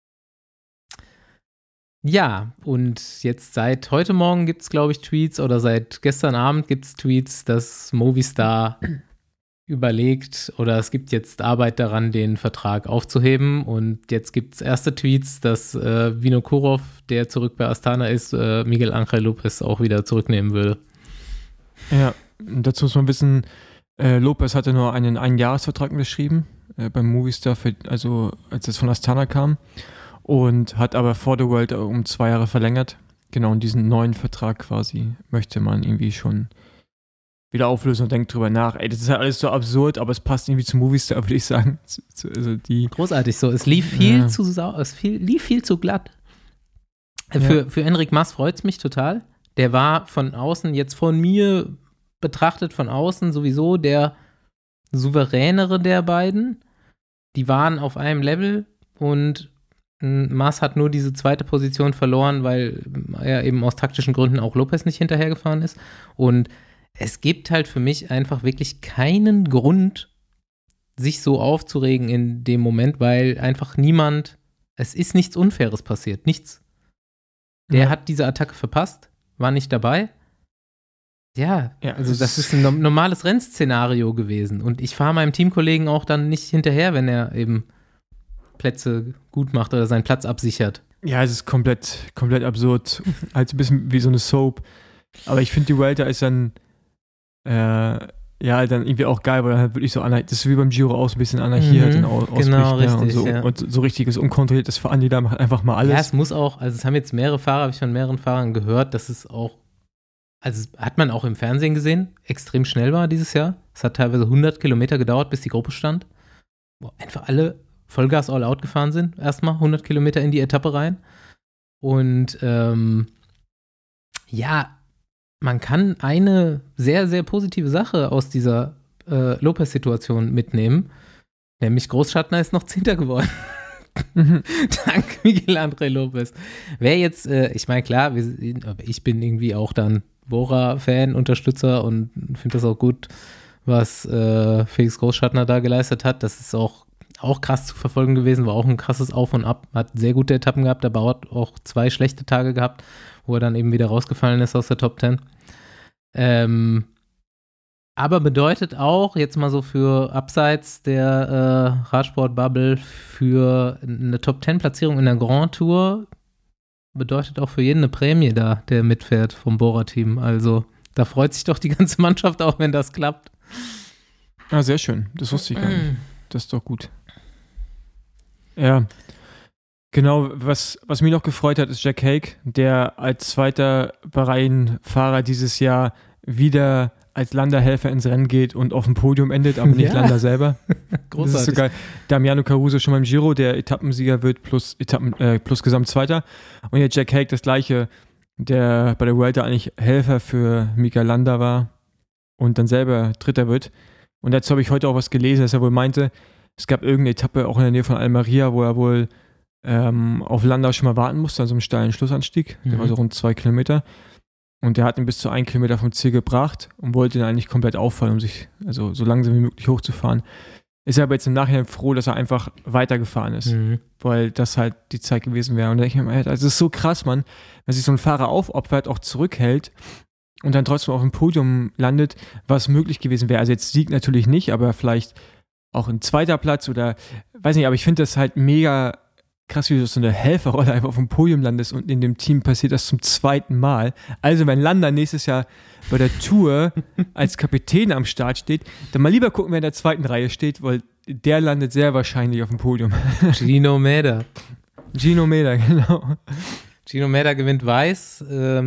Speaker 1: Ja, und jetzt seit heute Morgen gibt es, glaube ich, Tweets oder seit gestern Abend gibt es Tweets, dass Movistar überlegt oder es gibt jetzt Arbeit daran, den Vertrag aufzuheben und jetzt gibt es erste Tweets, dass Vinokurov, der zurück bei Astana ist, Miguel Ángel López auch wieder zurücknehmen würde.
Speaker 2: Ja, dazu muss man wissen, López hatte nur einen Einjahresvertrag unterschrieben beim Movistar, also als es von Astana kam und hat aber vor der World um 2 Jahre verlängert. Genau, und diesen neuen Vertrag quasi möchte man irgendwie schon wieder auflösen und denkt drüber nach. Ey, das ist ja alles so absurd, aber es passt irgendwie zu Movistar, würde ich sagen.
Speaker 1: Großartig so. Es lief viel zu glatt. Für Enric Mas freut es mich total. Der war von außen, jetzt von mir betrachtet von außen sowieso der souveränere der beiden. Die waren auf einem Level und Maas hat nur diese zweite Position verloren, weil er eben aus taktischen Gründen auch Lopez nicht hinterhergefahren ist. Und es gibt halt für mich einfach wirklich keinen Grund, sich so aufzuregen in dem Moment, weil einfach es ist nichts Unfaires passiert, nichts. Der hat diese Attacke verpasst, war nicht dabei. Ja, also das ist ein normales Rennszenario gewesen. Und ich fahre meinem Teamkollegen auch dann nicht hinterher, wenn er eben Plätze gut macht oder seinen Platz absichert.
Speaker 2: Ja, es ist komplett absurd. Halt ein bisschen wie so eine Soap. Aber ich finde, die Vuelta ist dann dann irgendwie auch geil, weil dann halt wirklich so das ist wie beim Giro auch so ein bisschen Anarchie halt ausbricht.
Speaker 1: Genau, richtig,
Speaker 2: und so,
Speaker 1: ja.
Speaker 2: Und so richtiges, unkontrolliertes Fahren, die da macht einfach mal alles.
Speaker 1: Ja, es muss auch, also es haben jetzt habe ich von mehreren Fahrern gehört, dass es auch, also hat man auch im Fernsehen gesehen, extrem schnell war dieses Jahr. Es hat teilweise 100 Kilometer gedauert, bis die Gruppe stand. Wo einfach alle Vollgas all-out gefahren sind, erstmal 100 Kilometer in die Etappe rein. Und man kann eine sehr, sehr positive Sache aus dieser Lopez-Situation mitnehmen, nämlich Großschattner ist noch 10. geworden. Dank Miguel André Lopez. Wer jetzt, ich meine, klar, ich bin irgendwie auch dann Bora-Fan, Unterstützer und finde das auch gut, was Felix Großschattner da geleistet hat. Das ist auch krass zu verfolgen gewesen, war auch ein krasses Auf und Ab, hat sehr gute Etappen gehabt, aber hat auch 2 schlechte Tage gehabt, wo er dann eben wieder rausgefallen ist aus der Top 10. Aber bedeutet auch, jetzt mal so für abseits der Radsport-Bubble, für eine Top-10-Platzierung in der Grand Tour, bedeutet auch für jeden eine Prämie da, der mitfährt vom Bora-Team. Also da freut sich doch die ganze Mannschaft auch, wenn das klappt.
Speaker 2: Ah, sehr schön. Das wusste ich gar nicht. Das ist doch gut. Ja. Genau, was mich noch gefreut hat, ist Jack Haig, der als zweiter Bahrain-Fahrer dieses Jahr wieder als Landerhelfer ins Rennen geht und auf dem Podium endet, aber nicht Lander selber.
Speaker 1: Großartig.
Speaker 2: Das ist sogar Damiano Caruso schon beim Giro, der Etappensieger wird plus Gesamtzweiter. Und jetzt Jack Haig das Gleiche, der bei der Vuelta eigentlich Helfer für Mika Landa war und dann selber Dritter wird. Und dazu habe ich heute auch was gelesen, dass er wohl meinte, es gab irgendeine Etappe auch in der Nähe von Almeria, wo er wohl auf Landa schon mal warten musste, also einem steilen Schlussanstieg. Der war so rund 2 Kilometer. Und der hat ihn bis zu 1 Kilometer vom Ziel gebracht und wollte ihn eigentlich komplett auffallen, um sich also so langsam wie möglich hochzufahren. Ist er aber jetzt im Nachhinein froh, dass er einfach weitergefahren ist, weil das halt die Zeit gewesen wäre. Und da denke ich mir, also es ist so krass, Mann, wenn sich so ein Fahrer aufopfert, auch zurückhält und dann trotzdem auf dem Podium landet, was möglich gewesen wäre. Also jetzt Sieg natürlich nicht, aber vielleicht auch ein 2. Platz oder, weiß nicht, aber ich finde das halt mega krass, wie du so eine Helferrolle einfach auf dem Podium landest und in dem Team passiert das zum 2. Mal. Also wenn Landa nächstes Jahr bei der Tour als Kapitän am Start steht, dann mal lieber gucken, wer in der 2. Reihe steht, weil der landet sehr wahrscheinlich auf dem Podium.
Speaker 1: Gino Mäder,
Speaker 2: genau.
Speaker 1: Gino Mäder gewinnt weiß,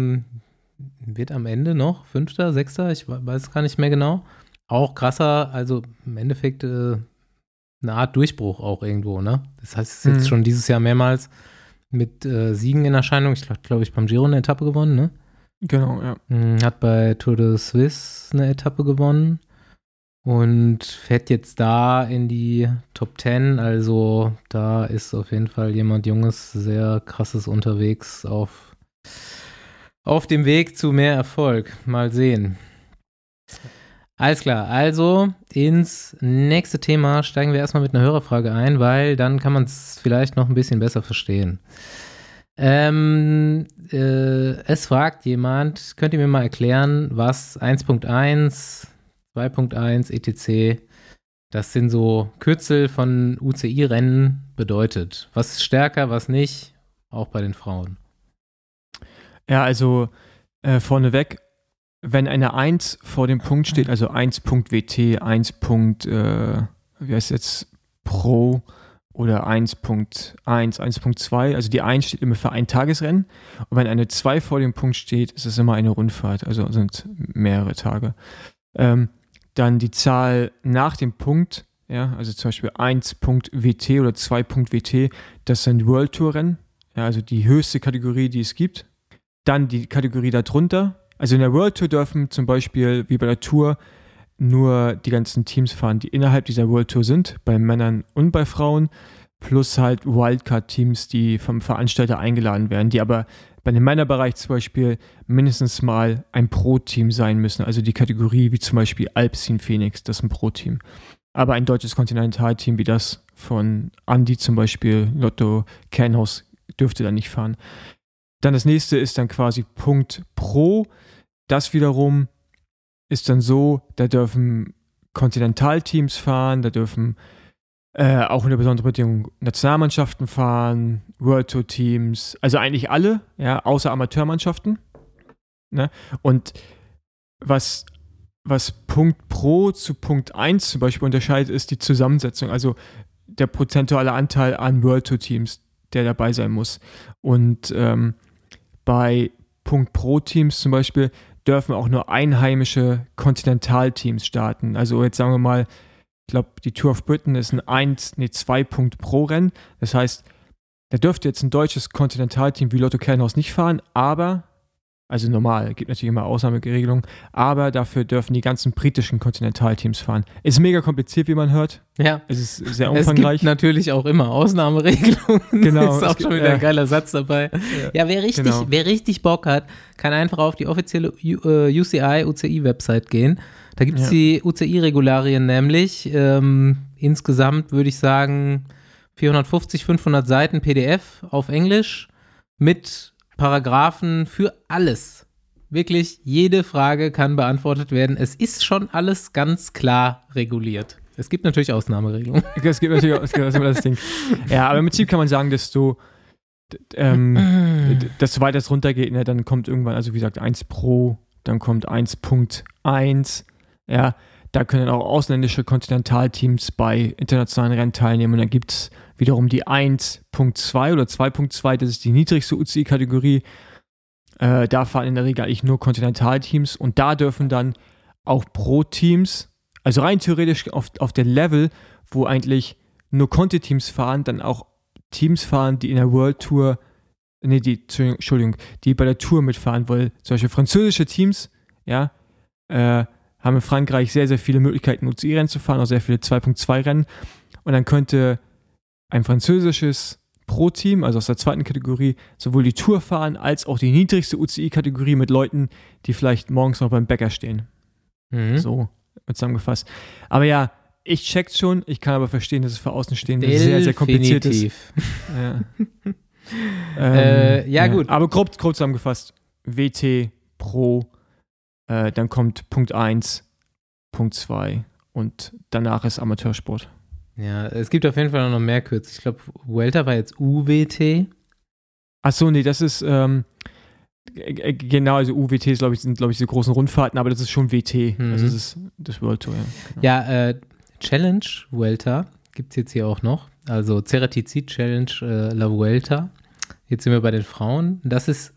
Speaker 1: wird am Ende noch 5., 6., ich weiß es gar nicht mehr genau. Auch krasser, also im Endeffekt eine Art Durchbruch auch irgendwo, ne? Das heißt, es ist jetzt schon dieses Jahr mehrmals mit Siegen in Erscheinung. Ich glaube, beim Giro eine Etappe gewonnen, ne?
Speaker 2: Genau, ja.
Speaker 1: Hat bei Tour de Suisse eine Etappe gewonnen und fährt jetzt da in die Top 10. Also da ist auf jeden Fall jemand Junges, sehr krasses unterwegs auf dem Weg zu mehr Erfolg. Mal sehen. Alles klar, also ins nächste Thema steigen wir erstmal mit einer Hörerfrage ein, weil dann kann man es vielleicht noch ein bisschen besser verstehen. Es fragt jemand, könnt ihr mir mal erklären, was 1.1, 2.1 etc., das sind so Kürzel von UCI-Rennen bedeutet. Was ist stärker, was nicht, auch bei den Frauen?
Speaker 2: Ja, also vorneweg, wenn eine 1 vor dem Punkt steht, also 1.WT, 1. Wie heißt jetzt, Pro oder 1.1, 1.2, also die 1 steht immer für ein Tagesrennen und wenn eine 2 vor dem Punkt steht, ist es immer eine Rundfahrt, also sind mehrere Tage. Dann die Zahl nach dem Punkt, ja, also zum Beispiel 1.WT oder 2.WT, das sind World Tour Rennen, ja, also die höchste Kategorie, die es gibt. Dann die Kategorie darunter. Also in der World Tour dürfen zum Beispiel, wie bei der Tour, nur die ganzen Teams fahren, die innerhalb dieser World Tour sind, bei Männern und bei Frauen. plus halt Wildcard-Teams, die vom Veranstalter eingeladen werden, die aber bei dem Männerbereich zum Beispiel mindestens mal ein Pro-Team sein müssen. Also die Kategorie wie zum Beispiel Alpecin Phoenix, das ist ein Pro-Team. Aber ein deutsches Kontinentalteam wie das von Andi zum Beispiel, Lotto Kernhaus, dürfte da nicht fahren. Dann das nächste ist dann quasi Punkt Pro. Das wiederum ist dann so, da dürfen Kontinentalteams fahren, da dürfen auch unter besonderen Bedingungen Nationalmannschaften fahren, World Tour Teams, also eigentlich alle, ja, außer Amateurmannschaften. Ne? Und was Punkt Pro zu Punkt 1 zum Beispiel unterscheidet, ist die Zusammensetzung, also der prozentuale Anteil an World Tour Teams, der dabei sein muss. Und bei Punkt Pro Teams zum Beispiel dürfen auch nur einheimische Kontinentalteams starten. Also jetzt sagen wir mal, ich glaube, die Tour of Britain ist ein 2 Punkt pro Rennen. Das heißt, da dürfte jetzt ein deutsches Kontinentalteam wie Lotto Kernhaus nicht fahren, aber, also normal, gibt natürlich immer Ausnahmeregelungen, aber dafür dürfen die ganzen britischen Kontinentalteams fahren. Ist mega kompliziert, wie man hört.
Speaker 1: Ja.
Speaker 2: Es ist sehr umfangreich.
Speaker 1: Es gibt natürlich auch immer Ausnahmeregelungen.
Speaker 2: Genau.
Speaker 1: Ist auch schon wieder ein geiler Satz dabei. Ja, wer richtig Bock hat, kann einfach auf die offizielle UCI-Website gehen. Da gibt es die UCI-Regularien nämlich. Insgesamt würde ich sagen 450, 500 Seiten PDF auf Englisch mit Paragraphen für alles. Wirklich jede Frage kann beantwortet werden. Es ist schon alles ganz klar reguliert. Es gibt natürlich Ausnahmeregelungen.
Speaker 2: Es gibt natürlich auch das Ding. Ja, aber im Prinzip kann man sagen, desto weiter es runtergeht, ne, dann kommt irgendwann, also wie gesagt, 1 Pro, dann kommt 1.1. Ja, da können auch ausländische Kontinentalteams bei internationalen Rennen teilnehmen und dann gibt es wiederum die 1.2 oder 2.2, das ist die niedrigste UCI-Kategorie. Da fahren in der Regel eigentlich nur Kontinentalteams und da dürfen dann auch Pro-Teams, also rein theoretisch auf der Level, wo eigentlich nur Conti-Teams fahren, dann auch Teams fahren, die in der World Tour, die bei der Tour mitfahren, weil zum Beispiel französische Teams, ja, haben in Frankreich sehr, sehr viele Möglichkeiten, UCI-Rennen zu fahren, auch sehr viele 2.2-Rennen. Und dann könnte ein französisches Pro-Team, also aus der zweiten Kategorie, sowohl die Tour fahren, als auch die niedrigste UCI-Kategorie mit Leuten, die vielleicht morgens noch beim Bäcker stehen. So zusammengefasst. Aber ja, ich check's schon, ich kann aber verstehen, dass es für Außenstehende sehr, sehr kompliziert ist. Ja. Gut. Aber grob zusammengefasst, WT, Pro, dann kommt Punkt 1, Punkt 2 und danach ist Amateursport.
Speaker 1: Ja, es gibt auf jeden Fall noch mehr Kürzel. Ich glaube, Vuelta war jetzt UWT.
Speaker 2: Achso, nee, das ist genau, also UWT sind, glaube ich, diese großen Rundfahrten, aber das ist schon WT. Also das ist das World Tour, ja. Genau.
Speaker 1: Ja, Challenge Vuelta gibt es jetzt hier auch noch. Also Ceratizid Challenge La Vuelta. Jetzt sind wir bei den Frauen. Das ist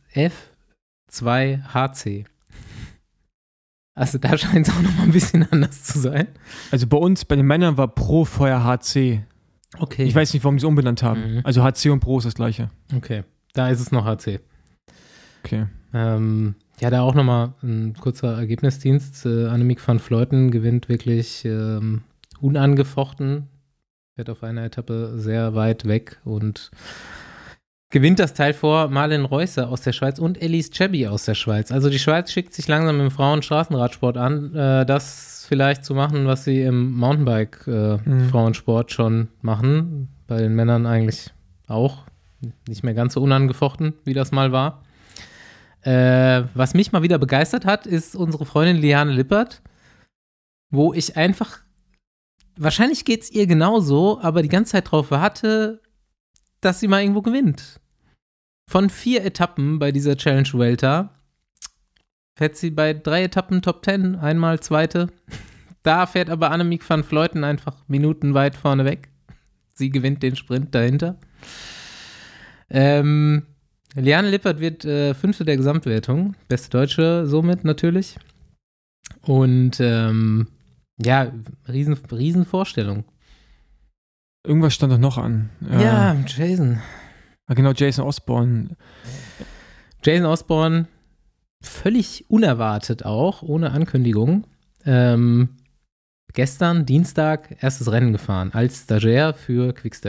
Speaker 1: F2HC. Also da scheint es auch noch mal ein bisschen anders zu sein.
Speaker 2: Also bei uns, bei den Männern war Pro vorher HC.
Speaker 1: Okay.
Speaker 2: Ich weiß nicht, warum sie es umbenannt haben. Also HC und Pro ist das gleiche.
Speaker 1: Okay, da ist es noch HC.
Speaker 2: Okay.
Speaker 1: Ja, da auch nochmal ein kurzer Ergebnisdienst. Annemiek van Vleuten gewinnt wirklich unangefochten. Fährt auf einer Etappe sehr weit weg und gewinnt das Teil vor Marlen Reusser aus der Schweiz und Elise Chebby aus der Schweiz. Also die Schweiz schickt sich langsam im Frauen-Straßenradsport an, das vielleicht zu machen, was sie im Mountainbike-Frauensport schon machen. Bei den Männern eigentlich auch. Nicht mehr ganz so unangefochten, wie das mal war. Was mich mal wieder begeistert hat, ist unsere Freundin Liane Lippert, wo ich einfach, wahrscheinlich geht es ihr genauso, aber die ganze Zeit drauf warte, dass sie mal irgendwo gewinnt. Von 4 Etappen bei dieser Challenge Vuelta fährt sie bei 3 Etappen Top 10, einmal zweite. Da fährt aber Annemiek van Vleuten einfach minutenweit vorne weg. Sie gewinnt den Sprint dahinter. Liane Lippert wird 5. der Gesamtwertung. Beste Deutsche somit natürlich. Und ja, riesen Vorstellung.
Speaker 2: Irgendwas stand doch noch an.
Speaker 1: Ja, Jason.
Speaker 2: Genau, Jason Osborne.
Speaker 1: Jason Osborne, völlig unerwartet auch, ohne Ankündigung. Gestern, Dienstag, erstes Rennen gefahren, als Stagiaire für Quickstep.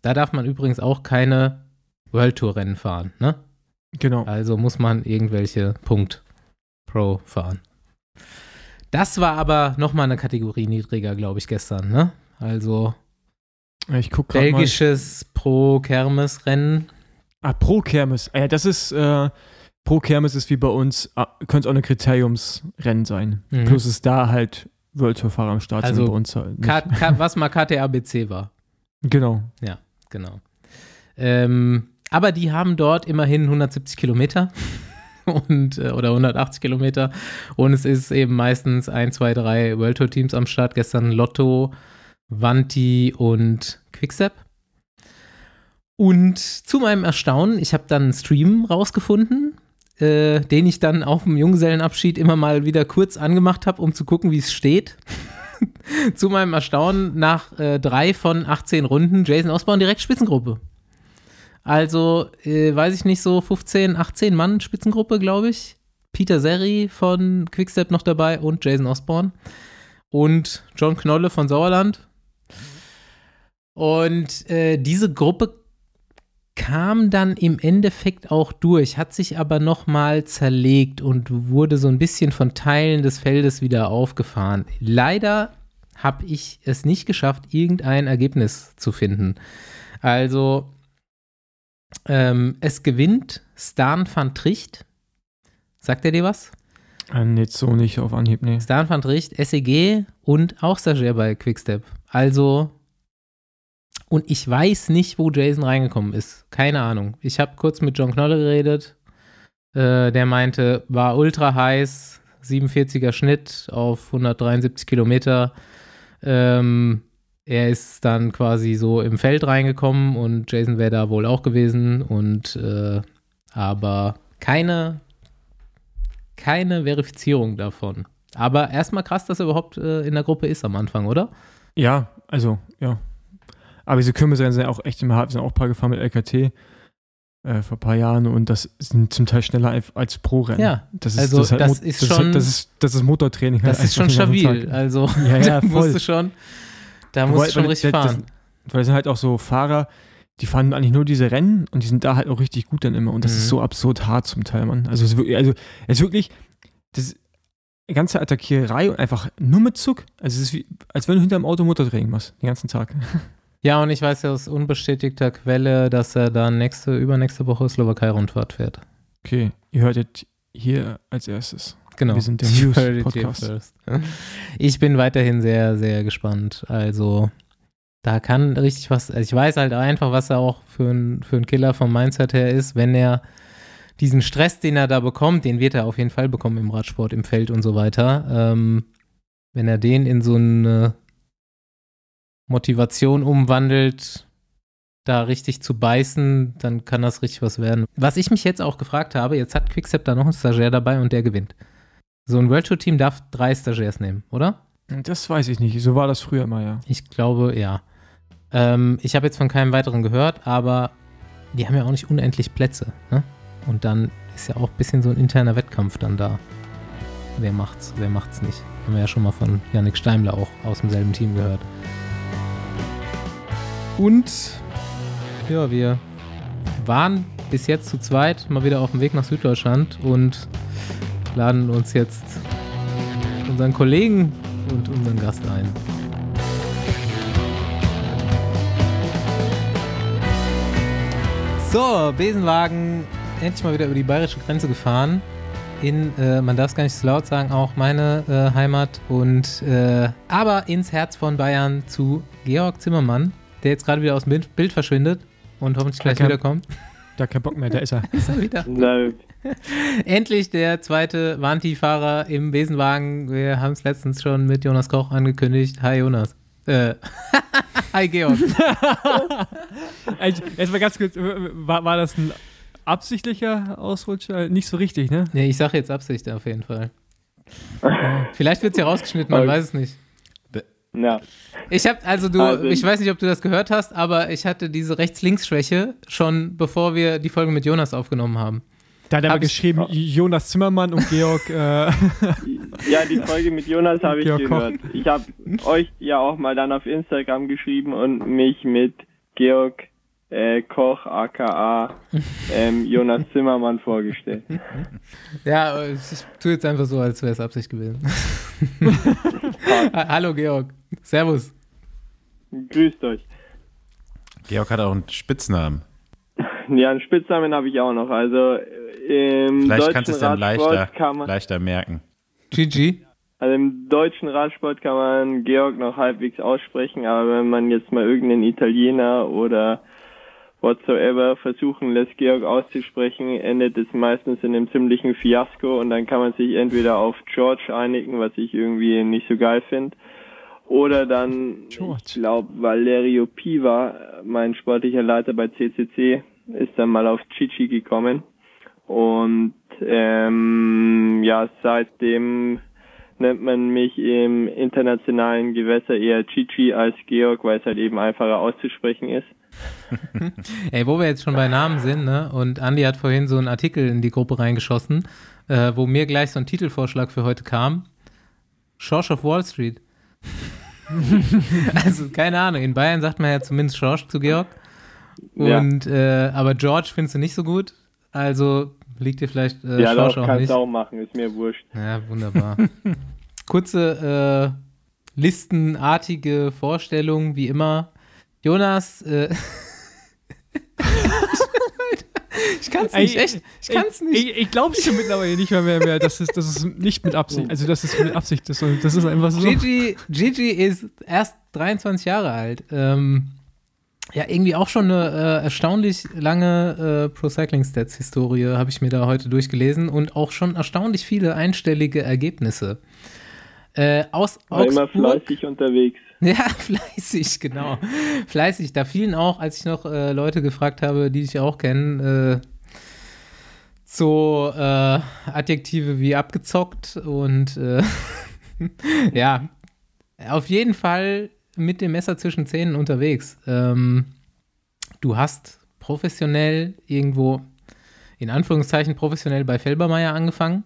Speaker 1: Da darf man übrigens auch keine World Tour Rennen fahren, ne?
Speaker 2: Genau.
Speaker 1: Also muss man irgendwelche Punkt Pro fahren. Das war aber nochmal eine Kategorie niedriger, glaube ich, gestern, ne? Also
Speaker 2: Ich gucke gerade mal.
Speaker 1: belgisches Pro-Kermes-Rennen.
Speaker 2: Pro Kermes. Ja, das ist, Pro Kermes ist wie bei uns, könnte auch eine Kriteriumsrennen sein.
Speaker 1: Mhm.
Speaker 2: Plus ist da halt World Tour Fahrer am Start
Speaker 1: Also
Speaker 2: sind bei uns halt nicht.
Speaker 1: Was mal KTABC war.
Speaker 2: Genau.
Speaker 1: Genau. Aber die haben dort immerhin 170 Kilometer oder 180 Kilometer und es ist eben meistens 1, 2, 3 World Tour Teams am Start. Gestern Lotto, Vanti und Quickstep. Und zu meinem Erstaunen, ich habe dann einen Stream rausgefunden, den ich dann auf dem Junggesellenabschied immer mal wieder kurz angemacht habe, um zu gucken, wie es steht. Zu meinem Erstaunen, nach 3 von 18 Runden Jason Osborne direkt Spitzengruppe. Also, weiß ich nicht, so 15, 18 Mann Spitzengruppe, glaube ich. Peter Seri von Quickstep noch dabei und Jason Osborne. Und John Knolle von Sauerland. Und diese Gruppe kam dann im Endeffekt auch durch, hat sich aber nochmal zerlegt und wurde so ein bisschen von Teilen des Feldes wieder aufgefahren. Leider habe ich es nicht geschafft, irgendein Ergebnis zu finden. Also, es gewinnt Stan van Tricht. Sagt er dir was?
Speaker 2: Jetzt so nicht auf Anhieb, nee.
Speaker 1: Stan van Tricht, SEG und auch Stagiaire bei Quickstep. Also, und ich weiß nicht, wo Jason reingekommen ist. Keine Ahnung. Ich habe kurz mit John Knolle geredet. Der meinte, war ultra heiß, 47er Schnitt auf 173 Kilometer. Er ist dann quasi so im Feld reingekommen und Jason wäre da wohl auch gewesen. Und aber keine Verifizierung davon. Aber erstmal krass, dass er überhaupt in der Gruppe ist am Anfang, oder?
Speaker 2: Ja, also, ja. Aber diese Kirmesrennen sind ja auch echt im Hart, wir sind auch ein paar gefahren mit LKT vor ein paar Jahren und das sind zum Teil schneller als Pro-Rennen.
Speaker 1: Ja,
Speaker 2: das ist Motortraining.
Speaker 1: Das ist schon stabil. Also
Speaker 2: ja,
Speaker 1: da musst du schon richtig fahren.
Speaker 2: Weil es sind halt auch so Fahrer, die fahren eigentlich nur diese Rennen und die sind da halt auch richtig gut dann immer und das ist so absurd hart zum Teil, Mann. Also es ist wirklich das ist eine ganze Attackiererei und einfach nur mit Zug. Also es ist wie, als wenn du hinter dem Auto Motortraining machst, den ganzen Tag.
Speaker 1: Ja, und ich weiß ja aus unbestätigter Quelle, dass er dann übernächste Woche Slowakei-Rundfahrt fährt.
Speaker 2: Okay, ihr hörtet hier als erstes.
Speaker 1: Genau.
Speaker 2: Wir sind der News-Podcast.
Speaker 1: Ich bin weiterhin sehr, sehr gespannt. Also, da kann richtig was, also ich weiß halt einfach, was er auch für ein Killer vom Mindset her ist, wenn er diesen Stress, den er da bekommt, den wird er auf jeden Fall bekommen im Radsport, im Feld und so weiter. Wenn er den in so eine Motivation umwandelt, da richtig zu beißen, dann kann das richtig was werden. Was ich mich jetzt auch gefragt habe, jetzt hat Quickstep da noch einen Stagiaire dabei und der gewinnt. So ein World Tour Team darf 3 Stagiaires nehmen, oder?
Speaker 2: Das weiß ich nicht. So war das früher mal, ja.
Speaker 1: Ich glaube, ja. Ich habe jetzt von keinem weiteren gehört, aber die haben ja auch nicht unendlich Plätze, ne? Und dann ist ja auch ein bisschen so ein interner Wettkampf dann da. Wer macht's nicht? Haben wir ja schon mal von Yannick Steimler auch aus demselben Team gehört. Und ja, wir waren bis jetzt zu zweit mal wieder auf dem Weg nach Süddeutschland und laden uns jetzt unseren Kollegen und unseren Gast ein. So, Besenwagen endlich mal wieder über die bayerische Grenze gefahren. Man darf es gar nicht so laut sagen, auch meine Heimat. Aber ins Herz von Bayern zu Georg Zimmermann, der jetzt gerade wieder aus dem Bild verschwindet und hoffentlich gleich wiederkommt.
Speaker 2: Da kein Bock mehr, da ist er.
Speaker 1: Ist er wieder?
Speaker 5: Nein.
Speaker 1: Endlich der zweite Vanti-Fahrer im Besenwagen. Wir haben es letztens schon mit Jonas Koch angekündigt. Hi Jonas. Hi Georg.
Speaker 2: Erstmal ganz kurz, war das ein absichtlicher Ausrutscher? Nicht so richtig, ne?
Speaker 1: Nee, ich sage jetzt Absicht auf jeden Fall. Vielleicht wird es ja rausgeschnitten, man weiß es nicht.
Speaker 5: Ja.
Speaker 1: Ich weiß nicht, ob du das gehört hast, aber ich hatte diese Rechts-Links-Schwäche schon bevor wir die Folge mit Jonas aufgenommen haben.
Speaker 2: Da hat er mal geschrieben, Jonas Zimmermann und Georg.
Speaker 5: Ja, die Folge mit Jonas habe ich
Speaker 2: Georg
Speaker 5: gehört. Ich habe euch ja auch mal dann auf Instagram geschrieben und mich mit Georg Koch aka Jonas Zimmermann vorgestellt.
Speaker 1: Ja, ich tue jetzt einfach so, als wäre es Absicht gewesen. Hallo Georg, servus.
Speaker 5: Grüßt euch.
Speaker 6: Georg hat auch einen Spitznamen.
Speaker 5: Ja, einen Spitznamen habe ich auch noch. Also im
Speaker 6: Vielleicht kannst du
Speaker 5: deutschen
Speaker 6: es dann
Speaker 5: Radsport
Speaker 6: leichter merken.
Speaker 1: GG.
Speaker 5: Also im deutschen Radsport kann man Georg noch halbwegs aussprechen, aber wenn man jetzt mal irgendeinen Italiener oder whatsoever versuchen lässt, Georg auszusprechen, endet es meistens in einem ziemlichen Fiasko und dann kann man sich entweder auf George einigen, was ich irgendwie nicht so geil finde, oder dann,
Speaker 2: George.
Speaker 5: ich glaube, Valerio Piva, mein sportlicher Leiter bei CCC, ist dann mal auf Chichi gekommen und ja, seitdem nennt man mich im internationalen Gewässer eher Chichi als Georg, weil es halt eben einfacher auszusprechen ist.
Speaker 1: Ey, wo wir jetzt schon bei Namen sind, ne? Und Andi hat vorhin so einen Artikel in die Gruppe reingeschossen, wo mir gleich so ein Titelvorschlag für heute kam. Schorsch of Wall Street. Also, keine Ahnung, in Bayern sagt man ja zumindest Schorsch zu Georg. Und, aber George findest du nicht so gut. Also liegt dir vielleicht
Speaker 5: ja,
Speaker 1: Schorsch
Speaker 5: doch,
Speaker 1: auch
Speaker 5: kannst
Speaker 1: nicht.
Speaker 5: du auch machen, ist mir wurscht.
Speaker 1: Ja, wunderbar. Kurze listenartige Vorstellung, wie immer. Jonas, ich kann es nicht, echt. Ich kann es nicht.
Speaker 2: Ich glaube es schon mittlerweile nicht mehr. Das ist nicht mit Absicht. Also das ist mit Absicht. Das ist einfach so.
Speaker 1: Gigi ist erst 23 Jahre alt. Ja, irgendwie auch schon eine erstaunlich lange Pro Cycling Stats Historie habe ich mir da heute durchgelesen und auch schon erstaunlich viele einstellige Ergebnisse. Aus
Speaker 5: War immer
Speaker 1: Augsburg.
Speaker 5: fleißig unterwegs.
Speaker 1: Ja, fleißig, genau. Fleißig. Da fielen auch, als ich noch Leute gefragt habe, die ich auch kenne, so Adjektive wie abgezockt und ja, auf jeden Fall mit dem Messer zwischen Zähnen unterwegs. Du hast professionell irgendwo, in Anführungszeichen professionell bei Felbermayr angefangen.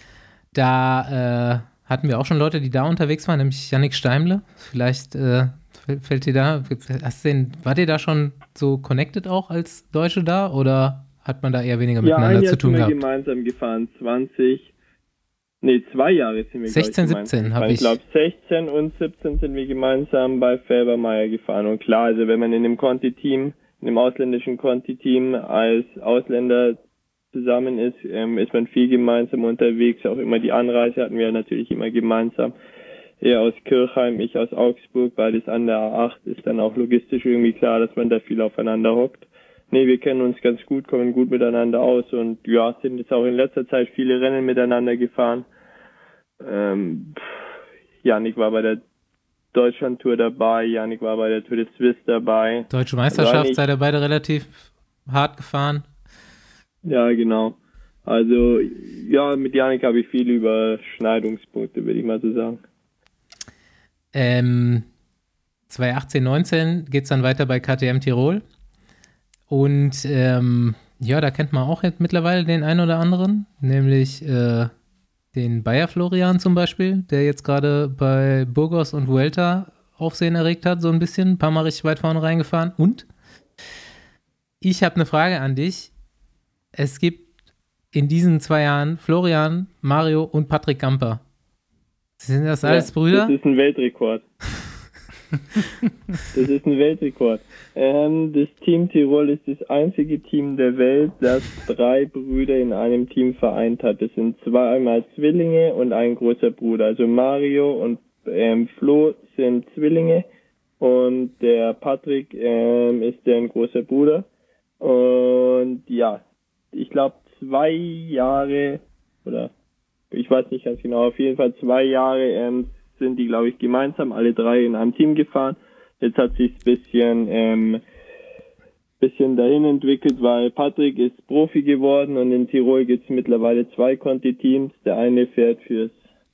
Speaker 1: Da hatten wir auch schon Leute, die da unterwegs waren, nämlich Yannick Steimle. Vielleicht fällt dir da, wart ihr da schon so connected auch als Deutsche da oder hat man da eher weniger miteinander zu tun gehabt?
Speaker 5: Ja, gemeinsam gefahren, 2 Jahre sind wir
Speaker 1: 16, 17 habe ich.
Speaker 5: Ich glaube 16 und 17 sind wir gemeinsam bei Felbermayr gefahren und klar, also wenn man in einem Conti-Team, in einem ausländischen Conti-Team als Ausländer zusammen ist, ist man viel gemeinsam unterwegs, auch immer die Anreise hatten wir natürlich immer gemeinsam. Er aus Kirchheim, ich aus Augsburg, beides an der A8, ist dann auch logistisch irgendwie klar, dass man da viel aufeinander hockt. Nee, wir kennen uns ganz gut, kommen gut miteinander aus und ja, sind jetzt auch in letzter Zeit viele Rennen miteinander gefahren. Yannick war bei der Deutschland-Tour dabei, Yannick war bei der Tour de Suisse dabei.
Speaker 1: Deutsche Meisterschaft, seid ihr beide relativ hart gefahren? Ja,
Speaker 5: genau. Also, ja, mit Yannick habe ich viele Überschneidungspunkte, würde ich mal so sagen.
Speaker 1: 2018, 19 geht es dann weiter bei KTM Tirol. Und ja, da kennt man auch jetzt mittlerweile den einen oder anderen, nämlich den Bayer Florian zum Beispiel, der jetzt gerade bei Burgos und Vuelta Aufsehen erregt hat, so ein bisschen, ein paar Mal richtig weit vorne reingefahren. Und ich habe eine Frage an dich. Es gibt in diesen 2 Jahren Florian, Mario und Patrick Gamper. Sind das alles Brüder?
Speaker 5: Das ist ein Weltrekord. Das ist ein Weltrekord. Das Team Tirol ist das einzige Team der Welt, das 3 Brüder in einem Team vereint hat. Das sind zweimal Zwillinge und ein großer Bruder. Also Mario und Flo sind Zwillinge und der Patrick ist deren großer Bruder. Und ja, ich glaube 2 Jahre oder ich weiß nicht ganz genau, auf jeden Fall 2 Jahre sind die, glaube ich, gemeinsam alle 3 in einem Team gefahren. Jetzt hat sich ein bisschen dahin entwickelt, weil Patrick ist Profi geworden und in Tirol gibt es mittlerweile 2 Conti-Teams. Der eine fährt fürs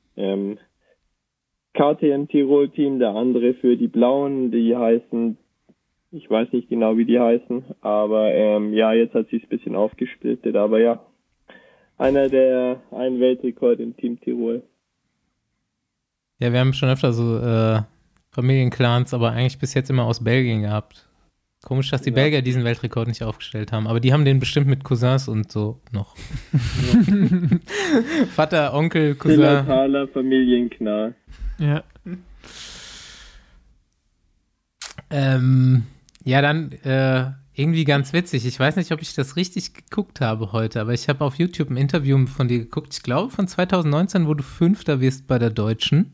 Speaker 5: KTM Tirol Team, der andere für die Blauen, die heißen, ich weiß nicht genau, wie die heißen, aber ja, jetzt hat sich ein bisschen aufgesplittet, aber ja, ein Weltrekord im Team Tirol.
Speaker 1: Ja, wir haben schon öfter so Familienclans, aber eigentlich bis jetzt immer aus Belgien gehabt. Komisch, dass die Belgier diesen Weltrekord nicht aufgestellt haben. Aber die haben den bestimmt mit Cousins und so noch. Vater, Onkel, Cousin.
Speaker 5: Zillertaler Familienknall.
Speaker 2: Ja.
Speaker 1: Ja, dann irgendwie ganz witzig. Ich weiß nicht, ob ich das richtig geguckt habe heute, aber ich habe auf YouTube ein Interview von dir geguckt. Ich glaube von 2019, wo du Fünfter wirst bei der Deutschen.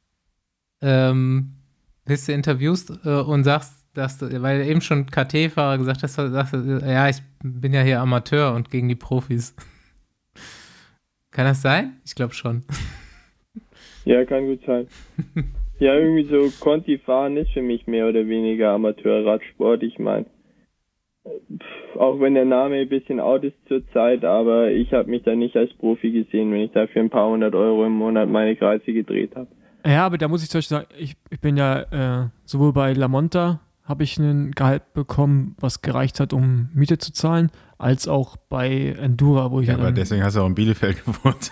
Speaker 1: Bist du interviewst und sagst, dass du, weil eben schon KT-Fahrer gesagt hast, ja, ich bin ja hier Amateur und gegen die Profis. Kann das sein? Ich glaube schon.
Speaker 5: Ja, kann gut sein. Ja, irgendwie so Conti-Fahren ist für mich mehr oder weniger Amateur-Radsport. Ich meine, auch wenn der Name ein bisschen out ist zurzeit, aber ich habe mich da nicht als Profi gesehen, wenn ich da für ein paar 100 Euro im Monat meine Kreise gedreht habe.
Speaker 2: Ja, aber da muss ich zum Beispiel sagen, ich bin ja sowohl bei La Monta habe ich einen Gehalt bekommen, was gereicht hat, um Miete zu zahlen, als auch bei Endura, wo ich
Speaker 6: ja, aber deswegen hast du auch in Bielefeld gewohnt.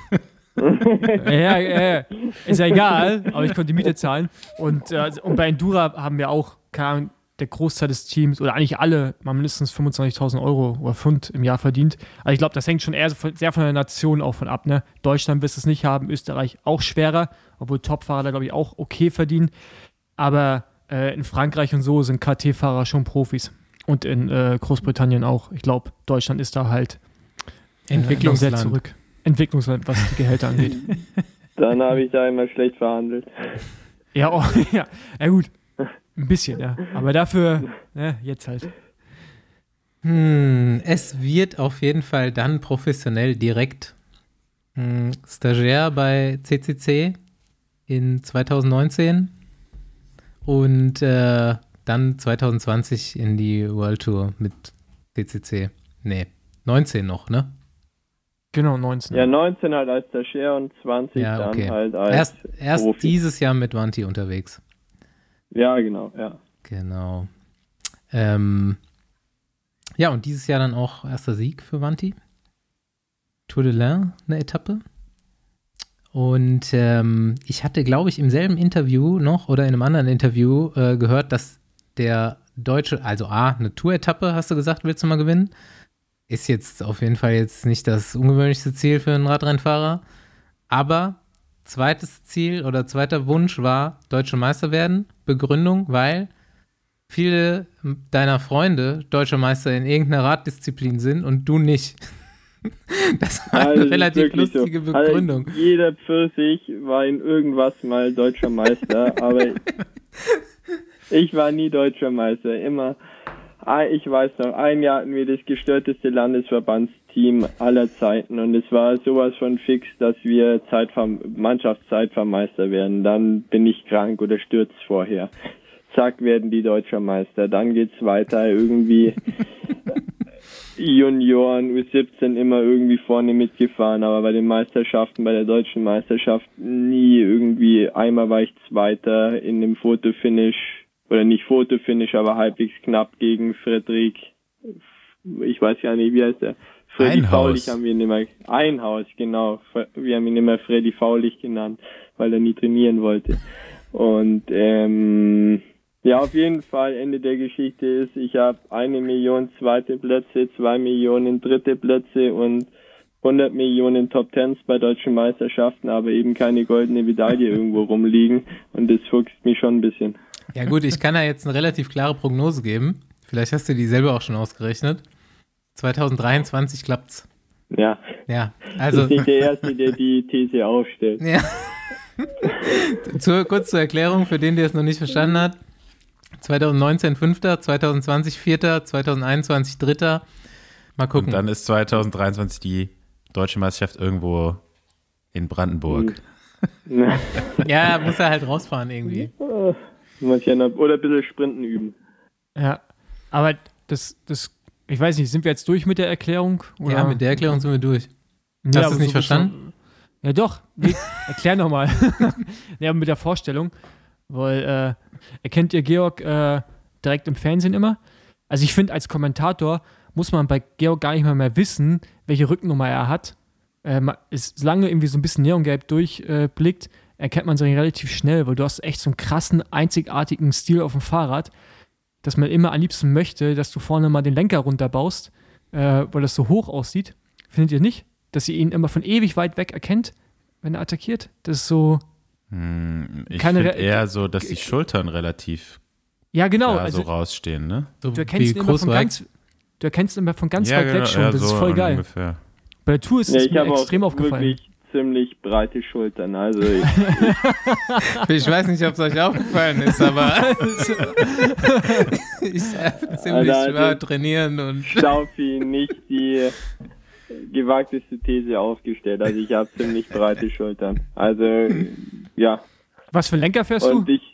Speaker 2: Ja, ist ja egal, aber ich konnte die Miete zahlen. Und bei Endura haben wir auch, keine Ahnung, der Großteil des Teams oder eigentlich alle mal mindestens 25.000 Euro oder Pfund im Jahr verdient. Also ich glaube, das hängt schon eher sehr von der Nation auch von ab. Ne? Deutschland wird es nicht haben, Österreich auch schwerer, obwohl Topfahrer da, glaube ich, auch okay verdienen. Aber in Frankreich und so sind KT-Fahrer schon Profis. Und in Großbritannien auch. Ich glaube, Deutschland ist da halt
Speaker 1: Entwicklungsland.
Speaker 2: sehr zurück. Entwicklungsland, was die Gehälter angeht.
Speaker 5: Dann habe ich da immer schlecht verhandelt.
Speaker 2: Ja, ja gut. Ein bisschen, ja. Aber dafür, jetzt halt.
Speaker 1: Es wird auf jeden Fall dann professionell direkt Stagiaire bei CCC in 2019 und dann 2020 in die World Tour mit CCC. Nee, 19 noch, ne?
Speaker 2: Genau, 19.
Speaker 5: Ja, 19 halt als Stagiaire und 20
Speaker 1: ja, okay.
Speaker 5: dann halt als
Speaker 1: Erst
Speaker 5: Profi.
Speaker 1: dieses Jahr mit Vanti unterwegs.
Speaker 5: Ja, genau, ja.
Speaker 1: Genau. Ja, und dieses Jahr dann auch erster Sieg für Vanti. Tour de l'Ain, eine Etappe. Und ich hatte, glaube ich, im selben Interview noch oder in einem anderen Interview gehört, dass der Deutsche, also eine Tour-Etappe, hast du gesagt, willst du mal gewinnen? Ist jetzt auf jeden Fall jetzt nicht das ungewöhnlichste Ziel für einen Radrennfahrer. Aber zweites Ziel oder zweiter Wunsch war Deutscher Meister werden. Begründung, weil viele deiner Freunde Deutscher Meister in irgendeiner Raddisziplin sind und du nicht. Das war eine relativ lustige Begründung.
Speaker 5: Also jeder Pfirsich war in irgendwas mal Deutscher Meister, aber ich war nie Deutscher Meister. Immer, ich weiß noch, ein Jahr hatten wir das gestörteste Landesverbandsteam aller Zeiten und es war sowas von fix, dass wir Mannschaftszeitfahrmeister werden. Dann bin ich krank oder stürzt vorher. Zack, werden die Deutscher Meister. Dann geht's weiter, irgendwie Junioren, U17 immer irgendwie vorne mitgefahren, aber bei den Meisterschaften, bei der deutschen Meisterschaft nie irgendwie. Einmal war ich Zweiter in dem Fotofinish, oder nicht Fotofinish, aber halbwegs knapp gegen Friedrich, ich weiß gar nicht, wie heißt der? Freddy Faulich haben wir ihn immer, Einhaus, genau, wir haben ihn immer Freddy Faulich genannt, weil er nie trainieren wollte. Und ja, auf jeden Fall, Ende der Geschichte ist, ich habe 1 Million zweite Plätze, 2 Millionen dritte Plätze und 100 Millionen Top Tens bei deutschen Meisterschaften, aber eben keine goldene Medaille irgendwo rumliegen und das fuchst mich schon ein bisschen.
Speaker 1: Ja gut, ich kann da jetzt eine relativ klare Prognose geben. Vielleicht hast du die selber auch schon ausgerechnet. 2023 klappt's.
Speaker 5: Ja.
Speaker 1: Ja, also.
Speaker 5: Das ist nicht der Erste, der die These aufstellt.
Speaker 1: Ja. Kurz zur Erklärung, für den, der es noch nicht verstanden hat. 2019 Fünfter, 2020 Vierter, 2021 Dritter. Mal gucken.
Speaker 6: Und dann ist 2023 die Deutsche Meisterschaft irgendwo in Brandenburg.
Speaker 1: Ja, muss er halt rausfahren irgendwie.
Speaker 5: Oder ein bisschen Sprinten üben.
Speaker 2: Ja, aber das, ich weiß nicht, sind wir jetzt durch mit der Erklärung? Oder?
Speaker 1: Ja, mit der Erklärung sind wir durch. Hast du es nicht verstanden?
Speaker 2: Ja doch, erklär nochmal. Ja, mit der Vorstellung, weil erkennt ihr Georg direkt im Fernsehen immer? Also ich finde, als Kommentator muss man bei Georg gar nicht mal mehr wissen, welche Rückennummer er hat. Solange irgendwie so ein bisschen Neongelb durchblickt, erkennt man es relativ schnell, weil du hast echt so einen krassen, einzigartigen Stil auf dem Fahrrad.
Speaker 7: dass man immer am liebsten möchte, dass du vorne mal den Lenker runterbaust, weil das so hoch aussieht. Findet ihr nicht? Dass ihr ihn immer von ewig weit weg erkennt, wenn er attackiert? Das ist so...
Speaker 6: Ich finde eher so, dass die Schultern relativ
Speaker 7: genau,
Speaker 6: so rausstehen, ne?
Speaker 7: Du erkennst ihn immer von ganz weit weg schon. Das ist voll geil.
Speaker 6: Ungefähr.
Speaker 7: Bei der Tour ist es mir extrem
Speaker 5: auch
Speaker 7: aufgefallen.
Speaker 5: Wirklich ziemlich breite Schultern. Also
Speaker 1: Ich weiß nicht, ob es euch aufgefallen ist, aber ich ziemlich schwer trainieren und
Speaker 5: Staufi nicht die gewagteste These aufgestellt. Also ich habe ziemlich breite Schultern. Also ja.
Speaker 7: Was für Lenker fährst du?
Speaker 5: Und ich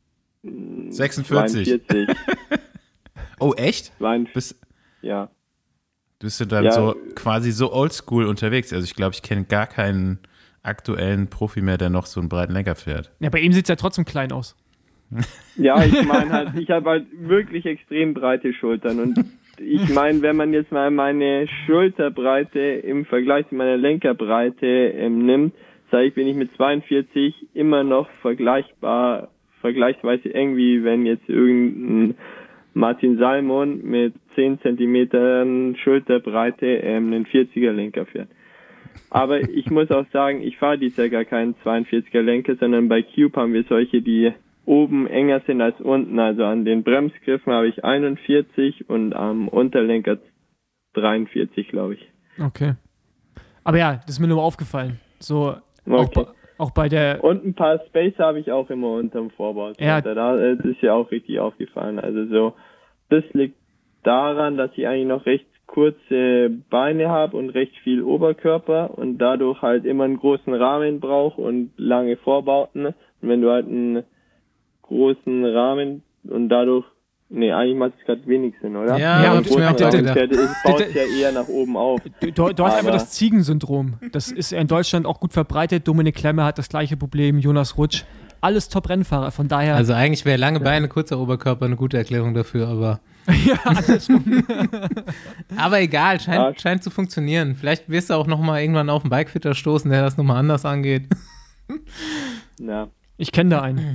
Speaker 6: 46.
Speaker 5: 42.
Speaker 6: Oh, echt?
Speaker 5: Ja.
Speaker 6: Bist du dann so quasi so oldschool unterwegs? Also ich glaube, ich kenne gar keinen aktuellen Profi mehr, der noch so einen breiten Lenker fährt.
Speaker 7: Ja, bei ihm sieht es ja trotzdem klein aus.
Speaker 5: Ja, ich meine halt, ich habe halt wirklich extrem breite Schultern und ich meine, wenn man jetzt mal meine Schulterbreite im Vergleich zu meiner Lenkerbreite nimmt, sage ich, bin ich mit 42 immer noch vergleichsweise irgendwie, wenn jetzt irgendein Martin Salmon mit 10 Zentimetern Schulterbreite einen 40er Lenker fährt. Aber ich muss auch sagen, ich fahre dieses Jahr gar keinen 42er Lenker, sondern bei Cube haben wir solche, die oben enger sind als unten. Also an den Bremsgriffen habe ich 41 und am Unterlenker 43, glaube ich.
Speaker 7: Okay. Aber ja, das ist mir nur aufgefallen. So
Speaker 5: Okay.
Speaker 7: auch bei der...
Speaker 5: Und ein paar Spacer habe ich auch immer unterm Vorbau.
Speaker 7: Ja.
Speaker 5: Das ist ja auch richtig aufgefallen. Also so, das liegt daran, dass ich eigentlich noch recht kurze Beine habe und recht viel Oberkörper und dadurch halt immer einen großen Rahmen brauche und lange Vorbauten. Und wenn du halt einen großen Rahmen und dadurch, eigentlich macht es gerade wenig Sinn, oder?
Speaker 1: Ja,
Speaker 5: und
Speaker 1: ich
Speaker 5: baut ja eher nach oben auf.
Speaker 7: Du hast einfach das Ziegensyndrom. Das ist in Deutschland auch gut verbreitet. Dominik Klemmer hat das gleiche Problem, Jonas Rutsch. Alles Top-Rennfahrer, von daher...
Speaker 1: Also eigentlich wäre lange Beine, kurzer Oberkörper eine gute Erklärung dafür, aber...
Speaker 7: ja, andersrum.
Speaker 1: Aber egal, scheint zu funktionieren. Vielleicht wirst du auch nochmal irgendwann auf einen Bikefitter stoßen, der das nochmal anders angeht.
Speaker 5: Ja.
Speaker 7: Ich kenne da einen.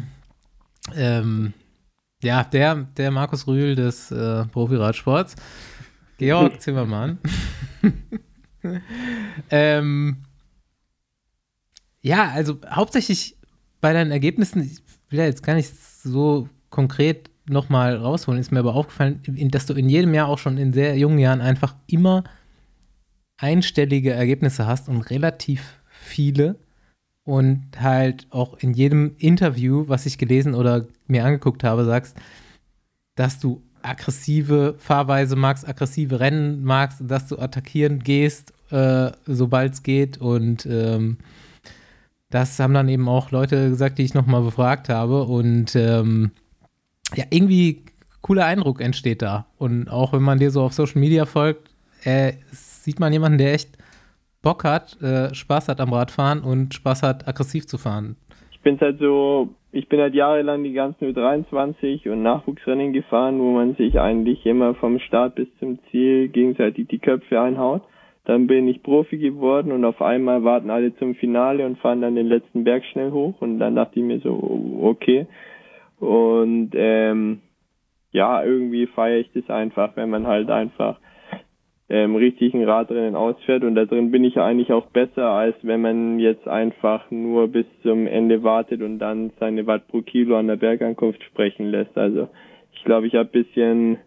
Speaker 1: Ja, der Markus Rühl des Profi-Radsports. Georg Zimmermann. Ja, also hauptsächlich bei deinen Ergebnissen, ich will ja jetzt gar nicht so konkret nochmal rausholen, ist mir aber aufgefallen, dass du in jedem Jahr auch schon in sehr jungen Jahren einfach immer einstellige Ergebnisse hast und relativ viele und halt auch in jedem Interview, was ich gelesen oder mir angeguckt habe, sagst, dass du aggressive Fahrweise magst, aggressive Rennen magst, dass du attackieren gehst, sobald es geht und das haben dann eben auch Leute gesagt, die ich nochmal befragt habe und ja, irgendwie cooler Eindruck entsteht da. Und auch wenn man dir so auf Social Media folgt, sieht man jemanden, der echt Bock hat, Spaß hat am Radfahren und Spaß hat, aggressiv zu fahren.
Speaker 5: Ich bin halt jahrelang die ganzen U23 und Nachwuchsrennen gefahren, wo man sich eigentlich immer vom Start bis zum Ziel gegenseitig die Köpfe einhaut. Dann bin ich Profi geworden und auf einmal warten alle zum Finale und fahren dann den letzten Berg schnell hoch und dann dachte ich mir so, okay. Und ja, irgendwie feiere ich das einfach, wenn man halt einfach richtig ein Radrennen ausfährt und da drin bin ich eigentlich auch besser, als wenn man jetzt einfach nur bis zum Ende wartet und dann seine Watt pro Kilo an der Bergankunft sprechen lässt. Also ich glaube, ich habe ein bisschen,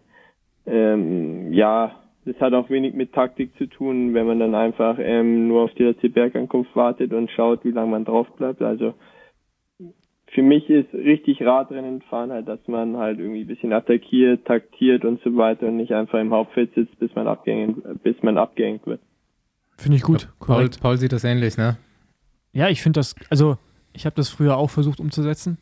Speaker 5: das hat auch wenig mit Taktik zu tun, wenn man dann einfach nur auf die letzte Bergankunft wartet und schaut, wie lange man drauf bleibt. Also für mich ist richtig Radrennen fahren halt, dass man halt irgendwie ein bisschen attackiert, taktiert und so weiter und nicht einfach im Hauptfeld sitzt, bis man abgehängt wird.
Speaker 7: Finde ich gut.
Speaker 1: Paul sieht das ähnlich, ne?
Speaker 7: Ja, ich finde das, also ich habe das früher auch versucht umzusetzen.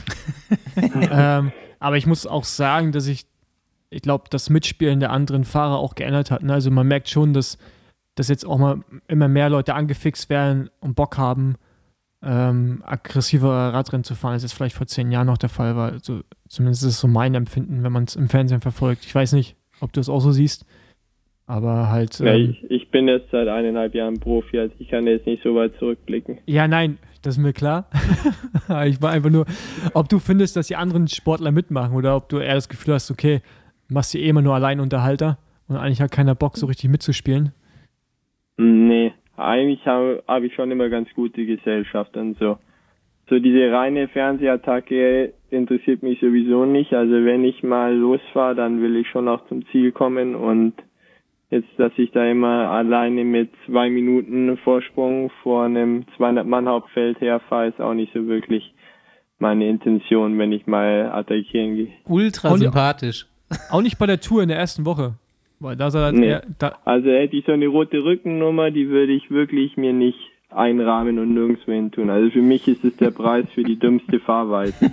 Speaker 7: Aber ich muss auch sagen, dass ich glaube, das Mitspielen der anderen Fahrer auch geändert hat. Ne? Also man merkt schon, dass jetzt auch mal immer mehr Leute angefixt werden und Bock haben, aggressiver Radrennen zu fahren, als es vielleicht vor 10 Jahren noch der Fall war. Also, zumindest ist es so mein Empfinden, wenn man es im Fernsehen verfolgt. Ich weiß nicht, ob du es auch so siehst, aber halt...
Speaker 5: Ja, ich bin jetzt seit 1,5 Jahren Profi, also ich kann jetzt nicht so weit zurückblicken.
Speaker 7: Ja, nein, Das ist mir klar. Ich war einfach nur, ob du findest, dass die anderen Sportler mitmachen oder ob du eher das Gefühl hast, okay, machst du eh immer nur Alleinunterhalter und eigentlich hat keiner Bock, so richtig mitzuspielen.
Speaker 5: Nee, eigentlich hab ich schon immer ganz gute Gesellschaft und so. So diese reine Fernsehattacke interessiert mich sowieso nicht. Also wenn ich mal losfahre, dann will ich schon auch zum Ziel kommen und jetzt, dass ich da immer alleine mit 2 Minuten Vorsprung vor einem 200-Mann-Hauptfeld herfahre, ist auch nicht so wirklich meine Intention, wenn ich mal attackieren gehe.
Speaker 1: Ultra sympathisch.
Speaker 7: Auch nicht bei der Tour in der ersten Woche. Weil da soll
Speaker 5: nee. Also hätte ich so eine rote Rückennummer, die würde ich wirklich mir nicht einrahmen und nirgendwo hin tun. Also für mich ist es der Preis für die dümmste Fahrweise.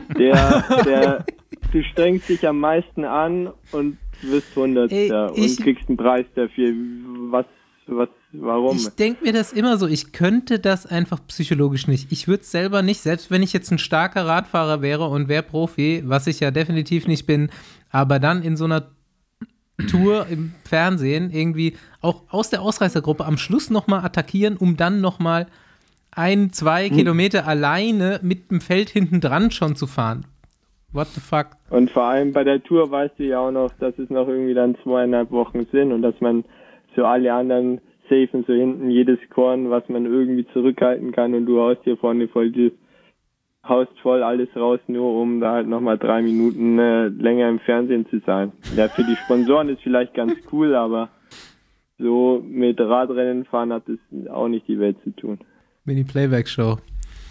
Speaker 5: Du strengst dich am meisten an und wirst 100. und kriegst einen Preis dafür. Warum?
Speaker 1: Ich denke mir das immer so, ich könnte das einfach psychologisch nicht. Ich würde es selber nicht, selbst wenn ich jetzt ein starker Radfahrer wäre und wäre Profi, was ich ja definitiv nicht bin, aber dann in so einer Tour im Fernsehen irgendwie auch aus der Ausreißergruppe am Schluss nochmal attackieren, um dann nochmal 1-2 Kilometer alleine mit dem Feld hinten dran schon zu fahren. What the fuck?
Speaker 5: Und vor allem bei der Tour weißt du ja auch noch, dass es noch irgendwie dann 2,5 Wochen sind und dass man so alle anderen safen so hinten jedes Korn, was man irgendwie zurückhalten kann und du haust hier vorne haust voll alles raus, nur um da halt nochmal 3 Minuten länger im Fernsehen zu sein. Ja, für die Sponsoren ist vielleicht ganz cool, aber so mit Radrennen fahren hat es auch nicht die Welt zu tun.
Speaker 1: Mini-Playback-Show.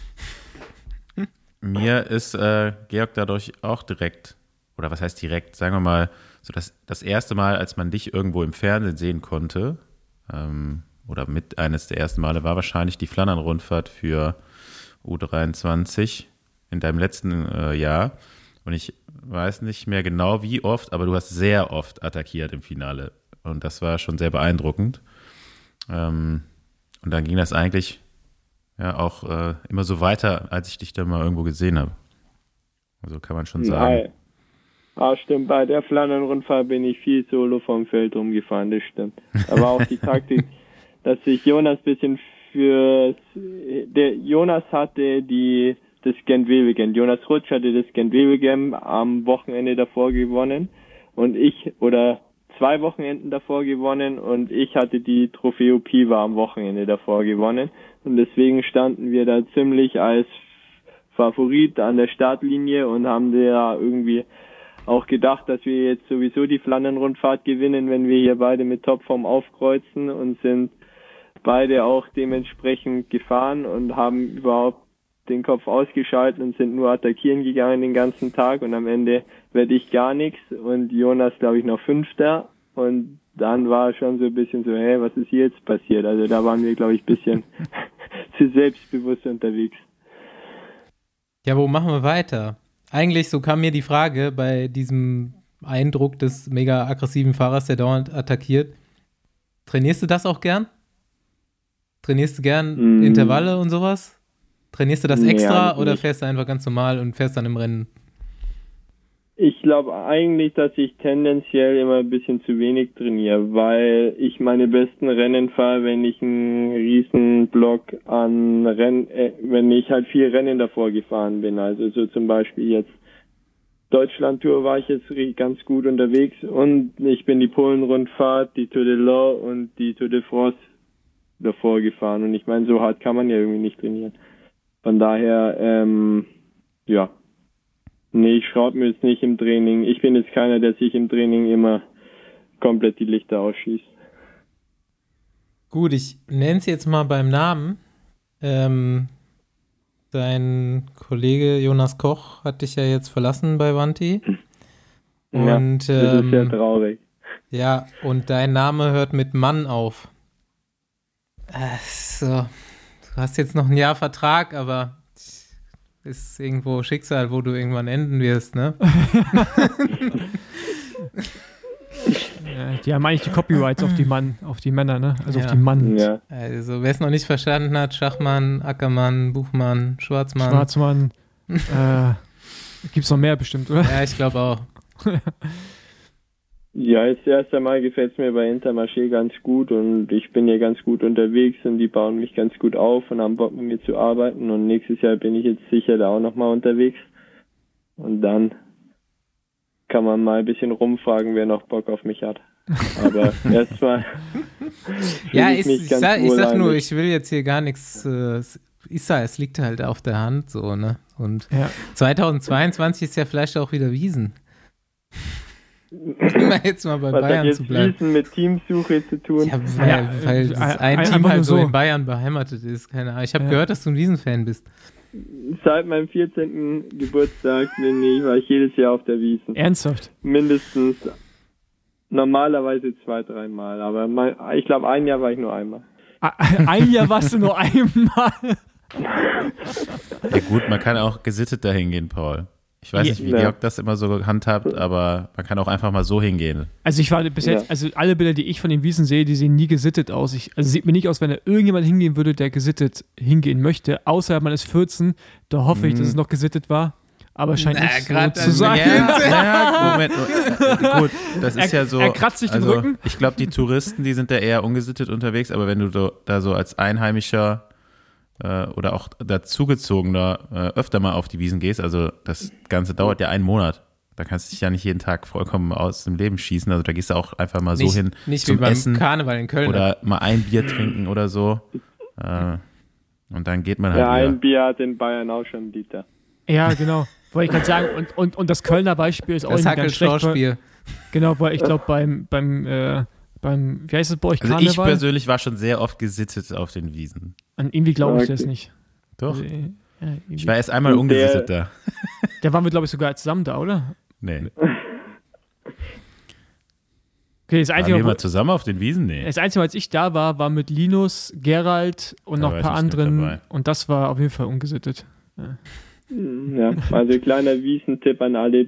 Speaker 6: Mir ist Georg dadurch auch direkt, oder was heißt direkt, sagen wir mal, so das erste Mal, als man dich irgendwo im Fernsehen sehen konnte, oder mit eines der ersten Male, war wahrscheinlich die Flandern-Rundfahrt für U23 in deinem letzten Jahr. Und ich weiß nicht mehr genau wie oft, aber du hast sehr oft attackiert im Finale. Und das war schon sehr beeindruckend. Und dann ging das eigentlich ja auch immer so weiter, als ich dich dann mal irgendwo gesehen habe. Also kann man schon sagen.
Speaker 5: Ah, stimmt. Bei der Flandern-Rundfahrt bin ich viel solo vom Feld rumgefahren, das stimmt. Aber auch die Taktik, dass sich Jonas bisschen Jonas hatte das Gent-Wevelgem. Jonas Rutsch hatte das Gent-Wevelgem am Wochenende davor gewonnen und 2 Wochenenden davor gewonnen und ich hatte die Trofeo Piva am Wochenende davor gewonnen und deswegen standen wir da ziemlich als Favorit an der Startlinie und haben da irgendwie auch gedacht, dass wir jetzt sowieso die Flandern-Rundfahrt gewinnen, wenn wir hier beide mit Topform aufkreuzen und sind beide auch dementsprechend gefahren und haben überhaupt den Kopf ausgeschaltet und sind nur attackieren gegangen den ganzen Tag und am Ende werde ich gar nichts und Jonas, glaube ich, noch 5. und dann war schon so ein bisschen so, hey, was ist hier jetzt passiert? Also da waren wir, glaube ich, ein bisschen zu selbstbewusst unterwegs.
Speaker 1: Ja, wo machen wir weiter? Eigentlich, so kam mir die Frage bei diesem Eindruck des mega aggressiven Fahrers, der dauernd attackiert. Trainierst du das auch gern? Trainierst du gern Intervalle und sowas? Trainierst du das extra oder fährst du einfach ganz normal und fährst dann im Rennen?
Speaker 5: Ich glaube eigentlich, dass ich tendenziell immer ein bisschen zu wenig trainiere, weil ich meine besten Rennen fahre, wenn ich einen riesen Block an wenn ich halt 4 Rennen davor gefahren bin. Also so zum Beispiel jetzt Deutschland-Tour war ich jetzt ganz gut unterwegs und ich bin die Polen-Rundfahrt, die Tour de l'Or und die Tour de France davor gefahren. Und ich meine, so hart kann man ja irgendwie nicht trainieren. Von daher, ja. Nee, ich schraube mir jetzt nicht im Training. Ich bin jetzt keiner, der sich im Training immer komplett die Lichter ausschießt.
Speaker 1: Gut, ich nenne es jetzt mal beim Namen. Dein Kollege Jonas Koch hat dich ja jetzt verlassen bei Vanti. Und,
Speaker 5: ja, das ist ja traurig.
Speaker 1: Ja, und dein Name hört mit Mann auf. So, du hast jetzt noch ein Jahr Vertrag, aber ist irgendwo Schicksal, wo du irgendwann enden wirst, ne?
Speaker 7: Ja, die haben eigentlich die Copyrights auf die Männer, ne? Also auf die Mann.
Speaker 5: Ja.
Speaker 1: Also wer es noch nicht verstanden hat, Schachmann, Ackermann, Buchmann, Schwarzmann.
Speaker 7: Gibt's noch mehr bestimmt, oder?
Speaker 1: Ja, ich glaube auch.
Speaker 5: Ja, jetzt erst einmal gefällt es mir bei Intermarché ganz gut und ich bin hier ganz gut unterwegs und die bauen mich ganz gut auf und haben Bock mit mir zu arbeiten und nächstes Jahr bin ich jetzt sicher da auch nochmal unterwegs und dann kann man mal ein bisschen rumfragen, wer noch Bock auf mich hat. Aber erstmal
Speaker 1: Ja, ich sag nur, ich will jetzt hier gar nichts, es liegt halt auf der Hand so, ne? Und 2022 ist ja vielleicht auch wieder Wiesen. Um jetzt mal bei
Speaker 5: Was
Speaker 1: Bayern
Speaker 5: hat jetzt
Speaker 1: zu bleiben.
Speaker 5: Wiesen mit Teamsuche zu tun?
Speaker 1: Ja, weil das ein Team
Speaker 7: einfach
Speaker 1: halt
Speaker 7: nur
Speaker 1: so
Speaker 7: so.
Speaker 1: in Bayern beheimatet ist. Keine Ahnung. Ich habe gehört, dass du ein Wiesen-Fan bist.
Speaker 5: Seit meinem 14. Geburtstag war ich jedes Jahr auf der Wiesn.
Speaker 7: Ernsthaft?
Speaker 5: Mindestens normalerweise 2-3 Mal, aber ich glaube, ein Jahr war ich nur einmal.
Speaker 7: Ein Jahr warst du nur einmal.
Speaker 6: Ja gut, man kann auch gesittet dahin gehen, Paul. Ich weiß nicht, wie Georg das immer so gehandhabt, aber man kann auch einfach mal so hingehen.
Speaker 7: Also ich war bis jetzt, also alle Bilder, die ich von den Wiesen sehe, die sehen nie gesittet aus. Also sieht mir nicht aus, wenn da irgendjemand hingehen würde, der gesittet hingehen möchte, außer man ist 14, da hoffe ich, dass es noch gesittet war. Aber scheint nicht so zu sein.
Speaker 6: Moment. Gut, das ist ja so.
Speaker 7: Er kratzt sich den Rücken.
Speaker 6: Ich glaube, die Touristen, die sind da eher ungesittet unterwegs, aber wenn du da so als Einheimischer oder auch dazugezogener öfter mal auf die Wiesen gehst, also das Ganze dauert ja einen Monat. Da kannst du dich ja nicht jeden Tag vollkommen aus dem Leben schießen. Also da gehst du auch einfach mal so hin
Speaker 1: Nicht
Speaker 6: zum
Speaker 1: wie beim
Speaker 6: Essen
Speaker 1: Karneval in Köln.
Speaker 6: oder mal ein Bier trinken oder so. Und dann geht man halt
Speaker 5: Ja,
Speaker 6: wieder.
Speaker 5: ein Bier hat in Bayern auch schon einen Liter.
Speaker 7: Ja, genau. Wollte ich gerade sagen. Und das Kölner Beispiel ist auch
Speaker 1: das
Speaker 7: nicht ganz schlecht.
Speaker 1: Hackel-Schorspiel.
Speaker 7: Genau, weil ich glaube, beim, wie heißt es bei euch,
Speaker 6: Also
Speaker 7: Karneval?
Speaker 6: ich persönlich war schon sehr oft gesittet auf den Wiesen.
Speaker 7: An irgendwie glaube ich
Speaker 5: Okay.
Speaker 7: das nicht.
Speaker 6: Doch.
Speaker 7: Also, irgendwie.
Speaker 6: Ich war erst einmal
Speaker 5: Und
Speaker 6: ungesittet da.
Speaker 7: Da waren wir, glaube ich, sogar zusammen da, oder?
Speaker 6: Nee.
Speaker 7: Okay, das
Speaker 6: Waren
Speaker 7: Einzige,
Speaker 6: wir mal zusammen auf den Wiesen? Nee.
Speaker 7: als ich da war mit Linus, Gerald und
Speaker 6: Da
Speaker 7: noch
Speaker 6: war
Speaker 7: ein
Speaker 6: ich
Speaker 7: paar
Speaker 6: nicht mit
Speaker 7: anderen.
Speaker 6: dabei.
Speaker 7: Und das war auf jeden Fall ungesittet.
Speaker 5: Ja, also kleiner Wiesentipp an alle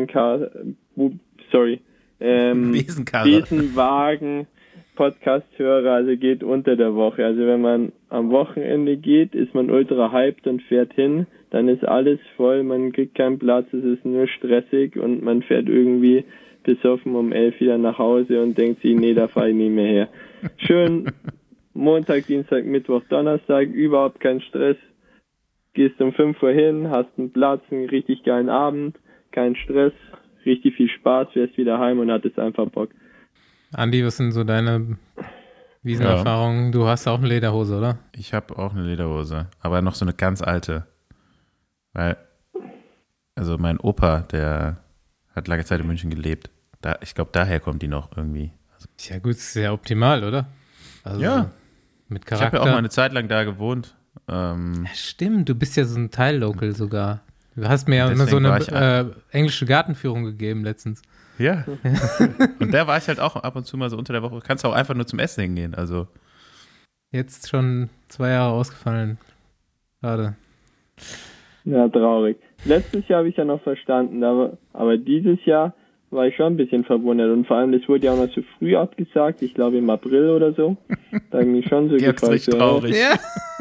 Speaker 6: Besenkarre.
Speaker 5: Besenwagen Podcast-Hörer, also geht unter der Woche. Also wenn man am Wochenende geht, ist man ultra hyped und fährt hin, dann ist alles voll, man kriegt keinen Platz, es ist nur stressig und man fährt irgendwie besoffen um 11 wieder nach Hause und denkt sich, nee, da fahre ich nie mehr her. Schön Montag, Dienstag, Mittwoch, Donnerstag, überhaupt kein Stress. Gehst um 5 Uhr hin, hast einen Platz, einen richtig geilen Abend, kein Stress, richtig viel Spaß, fährst wieder heim und hattest einfach Bock.
Speaker 1: Andi, was sind so deine Wiesenerfahrungen? Du hast auch eine Lederhose, oder?
Speaker 6: Ich habe auch eine Lederhose, aber noch so eine ganz alte. Weil, also mein Opa, der hat lange Zeit in München gelebt. Ich glaube, daher kommt die noch irgendwie.
Speaker 1: Ja gut, ist ja optimal, oder? Also
Speaker 6: Ja.
Speaker 1: Mit
Speaker 6: Ich habe
Speaker 1: Charakter.
Speaker 6: ja auch mal eine Zeit lang da gewohnt.
Speaker 1: Ja, stimmt, du bist ja so ein Teil-Local sogar. Du hast mir ja immer so
Speaker 6: Deswegen war
Speaker 1: eine englische Gartenführung gegeben letztens.
Speaker 6: Ja. Und da war ich halt auch ab und zu mal so unter der Woche. Kannst du auch einfach nur zum Essen hingehen. Also
Speaker 1: Jetzt schon 2 Jahre ausgefallen. Schade.
Speaker 5: Ja, traurig. Letztes Jahr habe ich ja noch verstanden, aber dieses Jahr war ich schon ein bisschen verwundert und vor allem, das wurde ja auch noch zu früh abgesagt, ich glaube im April oder so. Da habe ich mich schon so
Speaker 6: Georg ist
Speaker 5: gefragt.
Speaker 6: richtig traurig.
Speaker 1: Ja.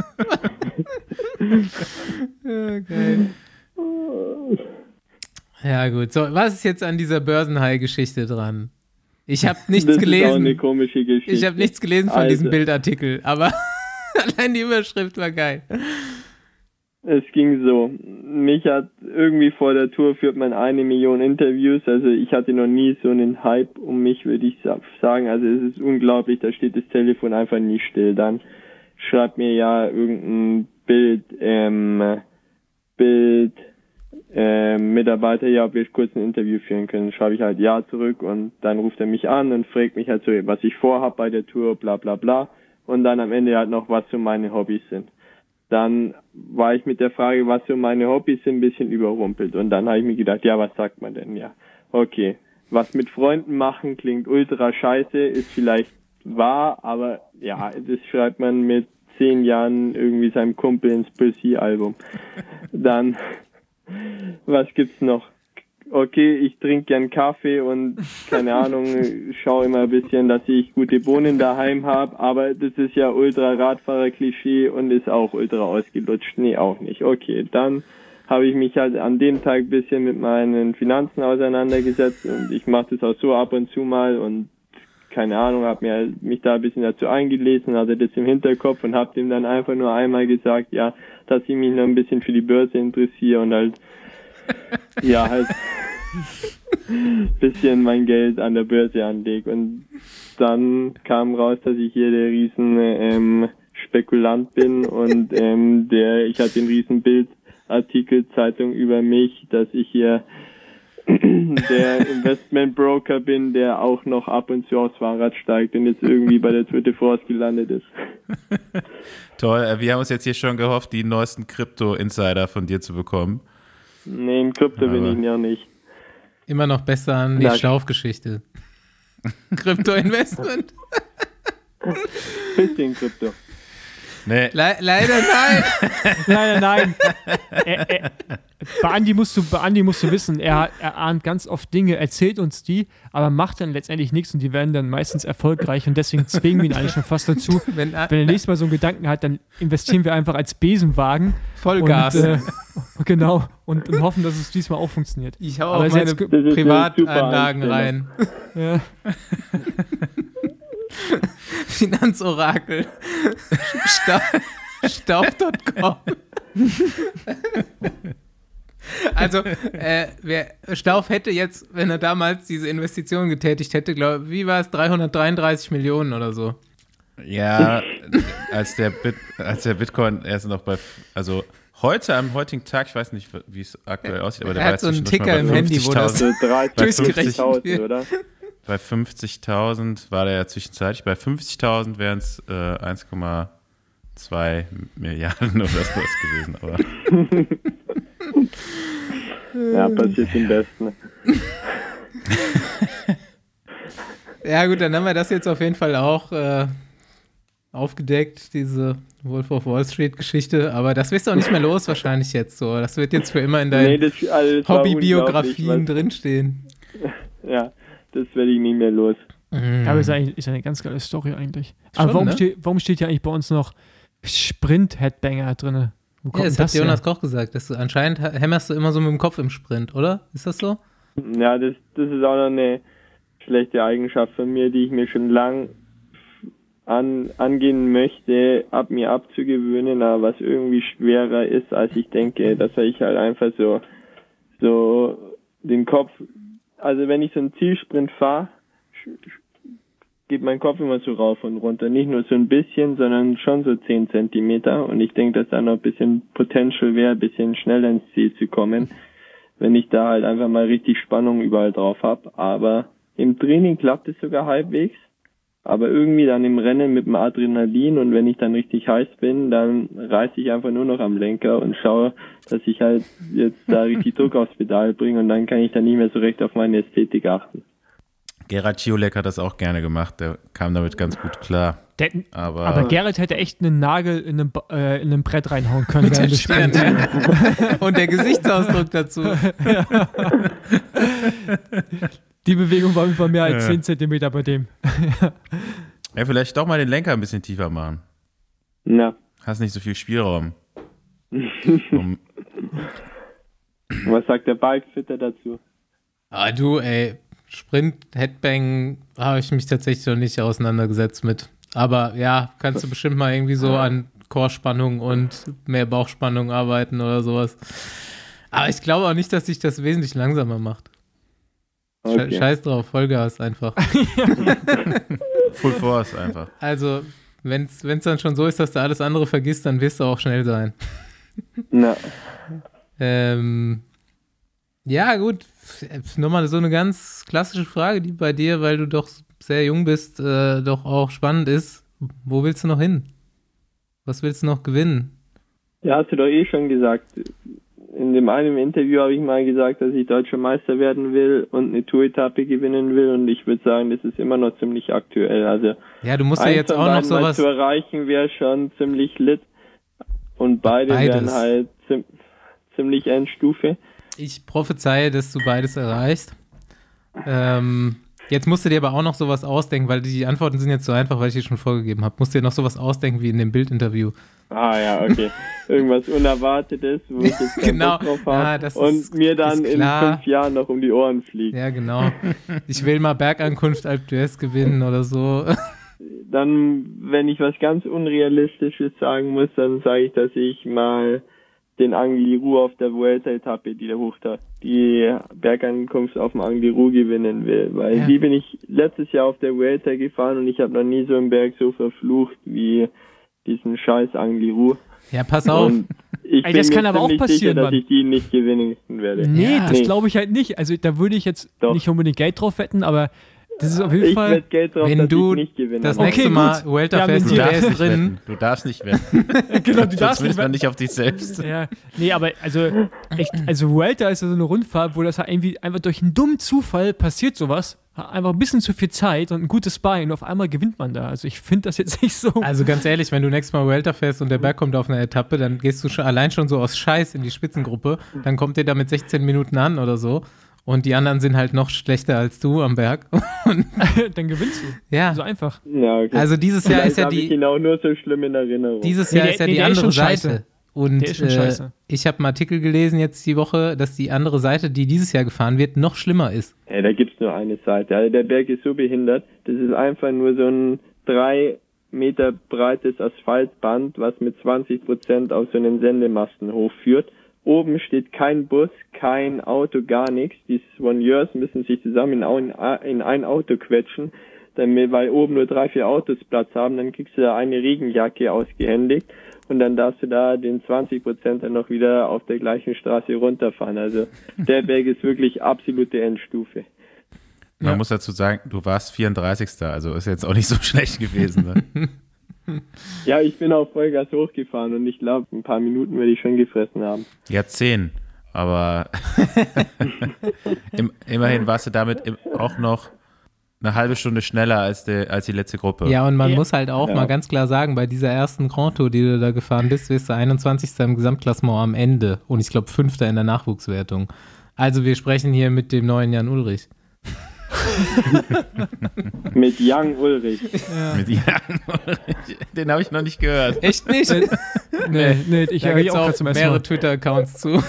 Speaker 1: Ja, geil. Ja, gut. So, was ist jetzt an dieser Börsenhai-Geschichte dran? Ich habe nichts
Speaker 5: das ist auch
Speaker 1: gelesen.
Speaker 5: eine komische Geschichte.
Speaker 1: Ich habe nichts gelesen von
Speaker 5: Also.
Speaker 1: diesem Bildartikel, aber allein die Überschrift war geil.
Speaker 5: Es ging so. Mich hat irgendwie vor der Tour führt man 1 Million Interviews. Also ich hatte noch nie so einen Hype um mich, würde ich sagen. Also es ist unglaublich, da steht das Telefon einfach nie still. Dann schreibt mir ja irgendein Mitarbeiter, ja, ob wir kurz ein Interview führen können. Schreibe ich halt ja zurück und dann ruft er mich an und fragt mich halt so, was ich vorhab bei der Tour, bla bla bla. Und dann am Ende halt noch, was so meine Hobbys sind. Dann war ich mit der Frage, was so meine Hobbys sind, ein bisschen überrumpelt. Und dann habe ich mir gedacht, ja, was sagt man denn? Ja, okay. Was mit Freunden machen klingt ultra scheiße, ist vielleicht wahr, aber ja, das schreibt man mit 10 Jahren irgendwie seinem Kumpel ins Pussy-Album. Dann, was gibt's noch? Okay, ich trinke gern Kaffee und keine Ahnung, schaue immer ein bisschen, dass ich gute Bohnen daheim habe, aber das ist ja ultra Radfahrer-Klischee und ist auch ultra ausgelutscht. Nee, auch nicht. Okay, dann habe ich mich halt an dem Tag ein bisschen mit meinen Finanzen auseinandergesetzt und ich mache das auch so ab und zu mal und keine Ahnung, habe mich da ein bisschen dazu eingelesen, hatte das im Hinterkopf und habe dem dann einfach nur einmal gesagt, ja, dass ich mich noch ein bisschen für die Börse interessiere und halt ja, halt ein bisschen mein Geld an der Börse anlege. Und dann kam raus, dass ich hier der riesen Spekulant bin und ich hatte den riesen Bildartikel Zeitung über mich, dass ich hier der Investmentbroker bin, der auch noch ab und zu aufs Fahrrad steigt und jetzt irgendwie bei der Tour de France gelandet ist.
Speaker 6: Toll, wir haben uns jetzt hier schon gehofft, die neuesten Krypto-Insider von dir zu bekommen.
Speaker 5: Nee, im Krypto bin ich ja nicht.
Speaker 1: Immer noch besser an die Staufgeschichte. Krypto-Investment.
Speaker 5: Bisschen Krypto.
Speaker 6: Nee.
Speaker 1: Leider nein.
Speaker 7: Leider nein. Bei Andi musst du wissen, er ahnt ganz oft Dinge, erzählt uns die, aber macht dann letztendlich nichts und die werden dann meistens erfolgreich und deswegen zwingen wir ihn eigentlich schon fast dazu. Wenn er nächstes Mal so einen Gedanken hat, dann investieren wir einfach als Besenwagen.
Speaker 1: Vollgas.
Speaker 7: Und, genau. Und hoffen, dass es diesmal auch funktioniert.
Speaker 1: Ich hau auch meine Privatanlagen rein.
Speaker 7: Ja.
Speaker 1: Finanzorakel. Stauf.com. Also, Stauf hätte jetzt, wenn er damals diese Investition getätigt hätte, glaube ich, wie war es, 333 Millionen oder so.
Speaker 6: Ja, als der Bitcoin erst noch also heute, am heutigen Tag, ich weiß nicht, wie es aktuell aussieht, aber der war
Speaker 1: hat so einen Ticker im Handy, wo das
Speaker 5: durchgerechnet wird, oder?
Speaker 6: Bei 50.000 war der ja zwischenzeitlich. Bei 50.000 wären es 1,2 Milliarden oder sowas gewesen. Aber
Speaker 5: ja, passiert im Besten.
Speaker 1: Ja gut, dann haben wir das jetzt auf jeden Fall auch aufgedeckt, diese Wolf of Wall Street Geschichte. Aber das wirst du auch nicht mehr los wahrscheinlich jetzt so. Das wird jetzt für immer in deinen Hobbybiografien drinstehen.
Speaker 5: Ja. Das werde ich nie mehr los.
Speaker 7: Aber ist eine ganz geile Story eigentlich.
Speaker 1: Schon,
Speaker 7: aber
Speaker 1: ne?
Speaker 7: warum steht ja eigentlich bei uns noch Sprint-Headbanger drin?
Speaker 1: Ja, das hat Jonas Koch gesagt. Dass du anscheinend hämmerst du immer so mit dem Kopf im Sprint, oder? Ist das so?
Speaker 5: Ja, das ist auch noch eine schlechte Eigenschaft von mir, die ich mir schon lang angehen möchte, mir abzugewöhnen, aber was irgendwie schwerer ist, als ich denke, dass ich halt einfach so den Kopf. Also wenn ich so einen Zielsprint fahre, geht mein Kopf immer so rauf und runter. Nicht nur so ein bisschen, sondern schon so 10 Zentimeter. Und ich denke, dass da noch ein bisschen Potential wäre, ein bisschen schneller ins Ziel zu kommen, wenn ich da halt einfach mal richtig Spannung überall drauf habe. Aber im Training klappt es sogar halbwegs. Aber irgendwie dann im Rennen mit dem Adrenalin und wenn ich dann richtig heiß bin, dann reiße ich einfach nur noch am Lenker und schaue, dass ich halt jetzt da richtig Druck aufs Pedal bringe und dann kann ich dann nicht mehr so recht auf meine Ästhetik achten.
Speaker 6: Gerhard Schiolek hat das auch gerne gemacht, der kam damit ganz gut klar.
Speaker 7: Aber Gerhard hätte echt einen Nagel in einem Brett reinhauen können.
Speaker 1: Mit der Stirn. Und der Gesichtsausdruck dazu.
Speaker 7: Ja. Die Bewegung war einfach mehr als 10 Zentimeter bei dem.
Speaker 6: Ja, vielleicht doch mal den Lenker ein bisschen tiefer machen.
Speaker 5: Ja.
Speaker 6: Hast nicht so viel Spielraum.
Speaker 5: Was sagt der Bikefitter dazu?
Speaker 1: Du, Sprint, Headbang habe ich mich tatsächlich noch nicht auseinandergesetzt mit. Aber ja, kannst du bestimmt mal irgendwie so an Core-Spannung und mehr Bauchspannung arbeiten oder sowas. Aber ich glaube auch nicht, dass sich das wesentlich langsamer macht. Okay. Scheiß drauf, Vollgas einfach.
Speaker 6: Full Force einfach.
Speaker 1: Also, wenn es dann schon so ist, dass du alles andere vergisst, dann wirst du auch schnell sein.
Speaker 5: Na.
Speaker 1: Ja, gut. Nochmal so eine ganz klassische Frage, die bei dir, weil du doch sehr jung bist, doch auch spannend ist. Wo willst du noch hin? Was willst du noch gewinnen?
Speaker 5: Ja, hast du doch schon gesagt. In dem einen Interview habe ich mal gesagt, dass ich Deutscher Meister werden will und eine Tour-Etappe gewinnen will und ich würde sagen, das ist immer noch ziemlich aktuell. Also
Speaker 1: ja, du musst ja jetzt auch noch sowas
Speaker 5: zu erreichen wäre schon ziemlich lit und beide wären halt ziemlich Endstufe.
Speaker 1: Ich prophezeie, dass du beides erreichst. Jetzt musst du dir aber auch noch sowas ausdenken, weil die Antworten sind jetzt so einfach, weil ich die schon vorgegeben habe. Musst du dir noch sowas ausdenken wie in dem Bildinterview.
Speaker 5: Ah ja, okay. Irgendwas Unerwartetes, wo ich jetzt keinen
Speaker 1: Genau.
Speaker 5: Bock drauf
Speaker 1: Ja,
Speaker 5: habe
Speaker 1: das
Speaker 5: und
Speaker 1: ist-
Speaker 5: mir dann
Speaker 1: ist
Speaker 5: in
Speaker 1: klar.
Speaker 5: 5 Jahren noch um die Ohren fliegt.
Speaker 1: Ja, genau. Ich will mal Bergankunft Alpe d'Huez gewinnen oder so.
Speaker 5: Dann, wenn ich was ganz Unrealistisches sagen muss, dann sage ich, dass ich mal den Angliru auf der Vuelta-Etappe, die Bergankunft auf dem Angliru gewinnen will, weil
Speaker 1: Ja.
Speaker 5: die bin ich letztes Jahr auf der Vuelta gefahren und ich habe noch nie so einen Berg so verflucht wie diesen scheiß Angliru.
Speaker 1: Ja, pass auf.
Speaker 5: Und ich
Speaker 7: Ey,
Speaker 5: bin
Speaker 7: das
Speaker 5: mir
Speaker 7: kann aber auch
Speaker 5: ziemlich
Speaker 7: passieren,
Speaker 5: sicher, dass
Speaker 7: Mann.
Speaker 5: ich die nicht gewinnen werde.
Speaker 7: Nee,
Speaker 1: Ja.
Speaker 7: das glaube ich halt nicht. Also da würde ich jetzt
Speaker 5: Doch.
Speaker 7: nicht unbedingt Geld drauf wetten, aber das ist auf jeden
Speaker 5: Ich
Speaker 7: Fall.
Speaker 5: wette Geld drauf,
Speaker 1: Wenn
Speaker 5: dass
Speaker 1: du
Speaker 5: ich nicht gewinne.
Speaker 1: das
Speaker 7: Okay,
Speaker 1: nächste
Speaker 7: gut.
Speaker 1: Mal Vuelta
Speaker 7: Ja,
Speaker 1: Fest,
Speaker 7: mit
Speaker 1: der
Speaker 7: dir.
Speaker 1: ist drin.
Speaker 6: Du darfst nicht wetten.
Speaker 7: Genau, du darfst
Speaker 6: Sonst
Speaker 7: nicht
Speaker 6: man nicht auf dich selbst.
Speaker 7: Ja, nee, aber also Vuelta ist ja so eine Rundfahrt, wo das halt irgendwie einfach durch einen dummen Zufall passiert sowas. Einfach ein bisschen zu viel Zeit und ein gutes Bein und auf einmal gewinnt man da. Also ich finde das jetzt nicht so.
Speaker 1: Also ganz ehrlich, wenn du nächstes Mal Vuelta fährst und der Berg kommt auf eine Etappe, dann gehst du schon allein schon so aus Scheiß in die Spitzengruppe. Dann kommt ihr da mit 16 Minuten an oder so. Und die anderen sind halt noch schlechter als du am Berg. Und,
Speaker 7: Dann gewinnst du.
Speaker 1: ja,
Speaker 7: So einfach.
Speaker 5: Ja, okay.
Speaker 1: also dieses Jahr ist ja
Speaker 5: habe ich
Speaker 1: die,
Speaker 5: ihn auch nur so schlimm in Erinnerung.
Speaker 1: dieses
Speaker 7: Nee,
Speaker 1: Jahr
Speaker 7: der-
Speaker 1: ist ja
Speaker 7: nee,
Speaker 1: die
Speaker 7: der ist
Speaker 1: andere
Speaker 7: schon scheiße.
Speaker 1: Seite. Und
Speaker 7: Der ist schon scheiße.
Speaker 1: ich habe einen Artikel gelesen jetzt die Woche, dass die andere Seite, die dieses Jahr gefahren wird, noch schlimmer ist.
Speaker 5: Ja, da gibt's nur eine Seite. Also der Berg ist so behindert. Das ist einfach nur so ein 3 Meter breites Asphaltband, was mit 20% auf so einen Sendemasten hochführt. Oben steht kein Bus, kein Auto, gar nichts. Die Soigneurs müssen sich zusammen in ein Auto quetschen, damit, weil oben nur 3, 4 Autos Platz haben. Dann kriegst du da eine Regenjacke ausgehändigt und dann darfst du da den 20% dann noch wieder auf der gleichen Straße runterfahren. Also der Berg ist wirklich absolute Endstufe.
Speaker 6: Man
Speaker 7: Ja.
Speaker 6: muss dazu sagen, du warst 34. Also ist jetzt auch nicht so schlecht gewesen. Ne?
Speaker 5: Ja, ich bin auf Vollgas hochgefahren und ich glaube, ein paar Minuten werde ich schon gefressen haben.
Speaker 6: Ja, 10. Aber immerhin warst du damit auch noch eine halbe Stunde schneller als die letzte Gruppe.
Speaker 1: Ja, und man
Speaker 7: Ja.
Speaker 1: muss halt auch
Speaker 5: Ja.
Speaker 1: mal ganz klar sagen, bei dieser ersten Grand Tour, die du da gefahren bist, wirst du 21. im Gesamtklassement am Ende und ich glaube 5. in der Nachwuchswertung. Also wir sprechen hier mit dem neuen Jan Ulrich.
Speaker 5: Mit Young Ulrich.
Speaker 6: Mit Jan Ulrich. Den habe ich noch nicht gehört.
Speaker 1: Echt nicht?
Speaker 7: Nee, ich
Speaker 1: Da
Speaker 7: höre
Speaker 1: gibt es
Speaker 7: auch
Speaker 1: auch
Speaker 7: gerade zum ersten
Speaker 1: mehrere
Speaker 7: Mal.
Speaker 1: Twitter-Accounts zu.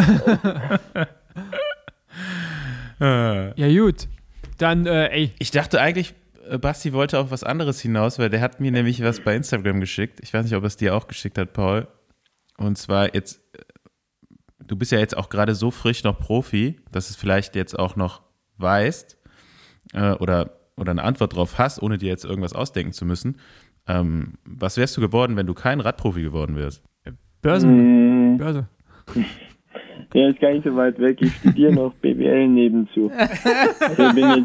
Speaker 7: Ja, gut. Dann, ey,
Speaker 6: Ich dachte eigentlich, Basti wollte auf was anderes hinaus, weil der hat mir nämlich was bei Instagram geschickt. Ich weiß nicht, ob er es dir auch geschickt hat, Paul. Und zwar jetzt, du bist ja jetzt auch gerade so frisch noch Profi, dass du es vielleicht jetzt auch noch weißt oder eine Antwort drauf hast, ohne dir jetzt irgendwas ausdenken zu müssen. Was wärst du geworden, wenn du kein Radprofi geworden wärst?
Speaker 7: Börse.
Speaker 5: Ja, ist gar nicht so weit weg. Ich studiere noch BWL nebenzu. Also bin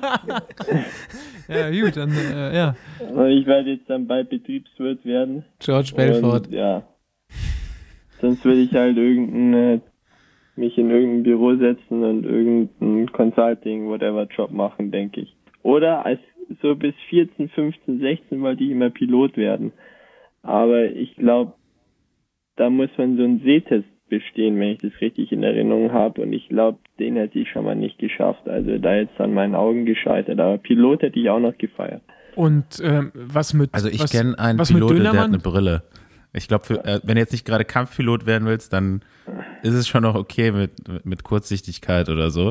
Speaker 7: Ja, gut, dann, ja.
Speaker 5: ich werde jetzt dann bald Betriebswirt werden.
Speaker 1: George Belfort.
Speaker 5: Und, ja. Sonst würde ich halt mich in irgendein Büro setzen und irgendeinen Consulting, whatever Job machen, denke ich. Oder so bis 14, 15, 16 wollte ich immer Pilot werden. Aber ich glaube, da muss man so einen Sehtest bestehen, wenn ich das richtig in Erinnerung habe. Und ich glaube, den hätte ich schon mal nicht geschafft. Also da jetzt an meinen Augen gescheitert. Aber Pilot hätte ich auch noch gefeiert.
Speaker 7: Und was mit.
Speaker 6: Also ich
Speaker 7: was-
Speaker 6: kenne einen
Speaker 7: was mit
Speaker 6: Piloten, der hat
Speaker 7: Dönermann?
Speaker 6: eine Brille. Ich glaube, wenn du jetzt nicht gerade Kampfpilot werden willst, dann ist es schon noch okay mit Kurzsichtigkeit oder so.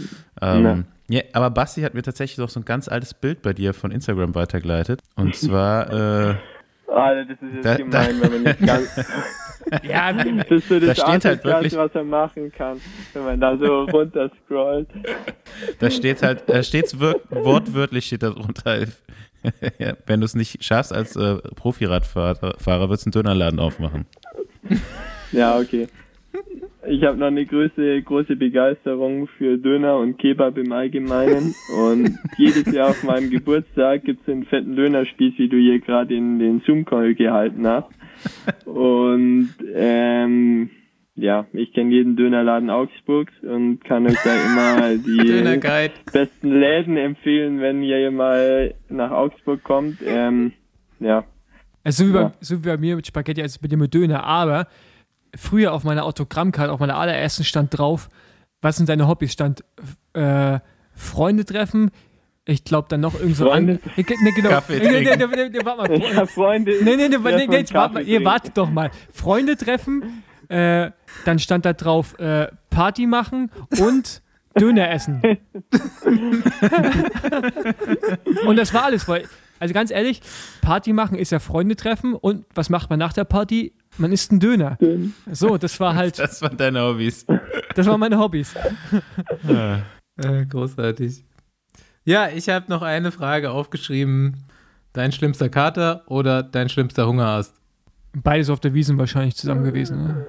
Speaker 6: Ja, aber Basti hat mir tatsächlich noch so ein ganz altes Bild bei dir von Instagram weitergeleitet. Und zwar,
Speaker 5: Das ist jetzt
Speaker 6: Da-
Speaker 5: gemein, wenn man nicht ganz...
Speaker 7: Ja,
Speaker 5: Das ist so das
Speaker 6: Da steht halt wirklich-
Speaker 5: was er machen kann, wenn man da so runter scrollt.
Speaker 6: da steht halt, wortwörtlich steht da drunter, ja, wenn du es nicht schaffst als Profiradfahrer, würdest du einen Dönerladen aufmachen.
Speaker 5: Ja, okay. Ich habe noch eine große Begeisterung für Döner und Kebab im Allgemeinen. Und jedes Jahr auf meinem Geburtstag gibt's einen fetten Dönerspieß, wie du hier gerade in den Zoom-Call gehalten hast. Und ja, ich kenne jeden Dönerladen Augsburgs und kann euch da immer die
Speaker 1: Dönerguide.
Speaker 5: besten Läden empfehlen, wenn ihr mal nach Augsburg kommt. Ja.
Speaker 7: Also
Speaker 5: Ja.
Speaker 7: so wie bei mir mit Spaghetti, als bei dir mit Döner, aber früher auf meiner Autogrammkarte, auf meiner allerersten stand drauf, was sind deine Hobbys? Stand Freunde treffen, Ich glaube dann noch irgend so
Speaker 5: Freunde.
Speaker 7: genau.
Speaker 6: Kaffee
Speaker 7: Warte mal.
Speaker 5: Ja, Freunde.
Speaker 7: Jetzt ihr wartet doch mal. Freunde treffen, dann stand da drauf Party machen und Döner essen. Und das war alles, weil, also ganz ehrlich, Party machen ist ja Freunde treffen und was macht man nach der Party? Man isst einen Döner. So, das war halt,
Speaker 6: Das waren deine Hobbys.
Speaker 7: das waren meine Hobbys.
Speaker 1: Großartig. Ja, ich habe noch eine Frage aufgeschrieben. Dein schlimmster Kater oder dein schlimmster Hungerast?
Speaker 7: Beides auf der Wiesn wahrscheinlich zusammen gewesen. Ne?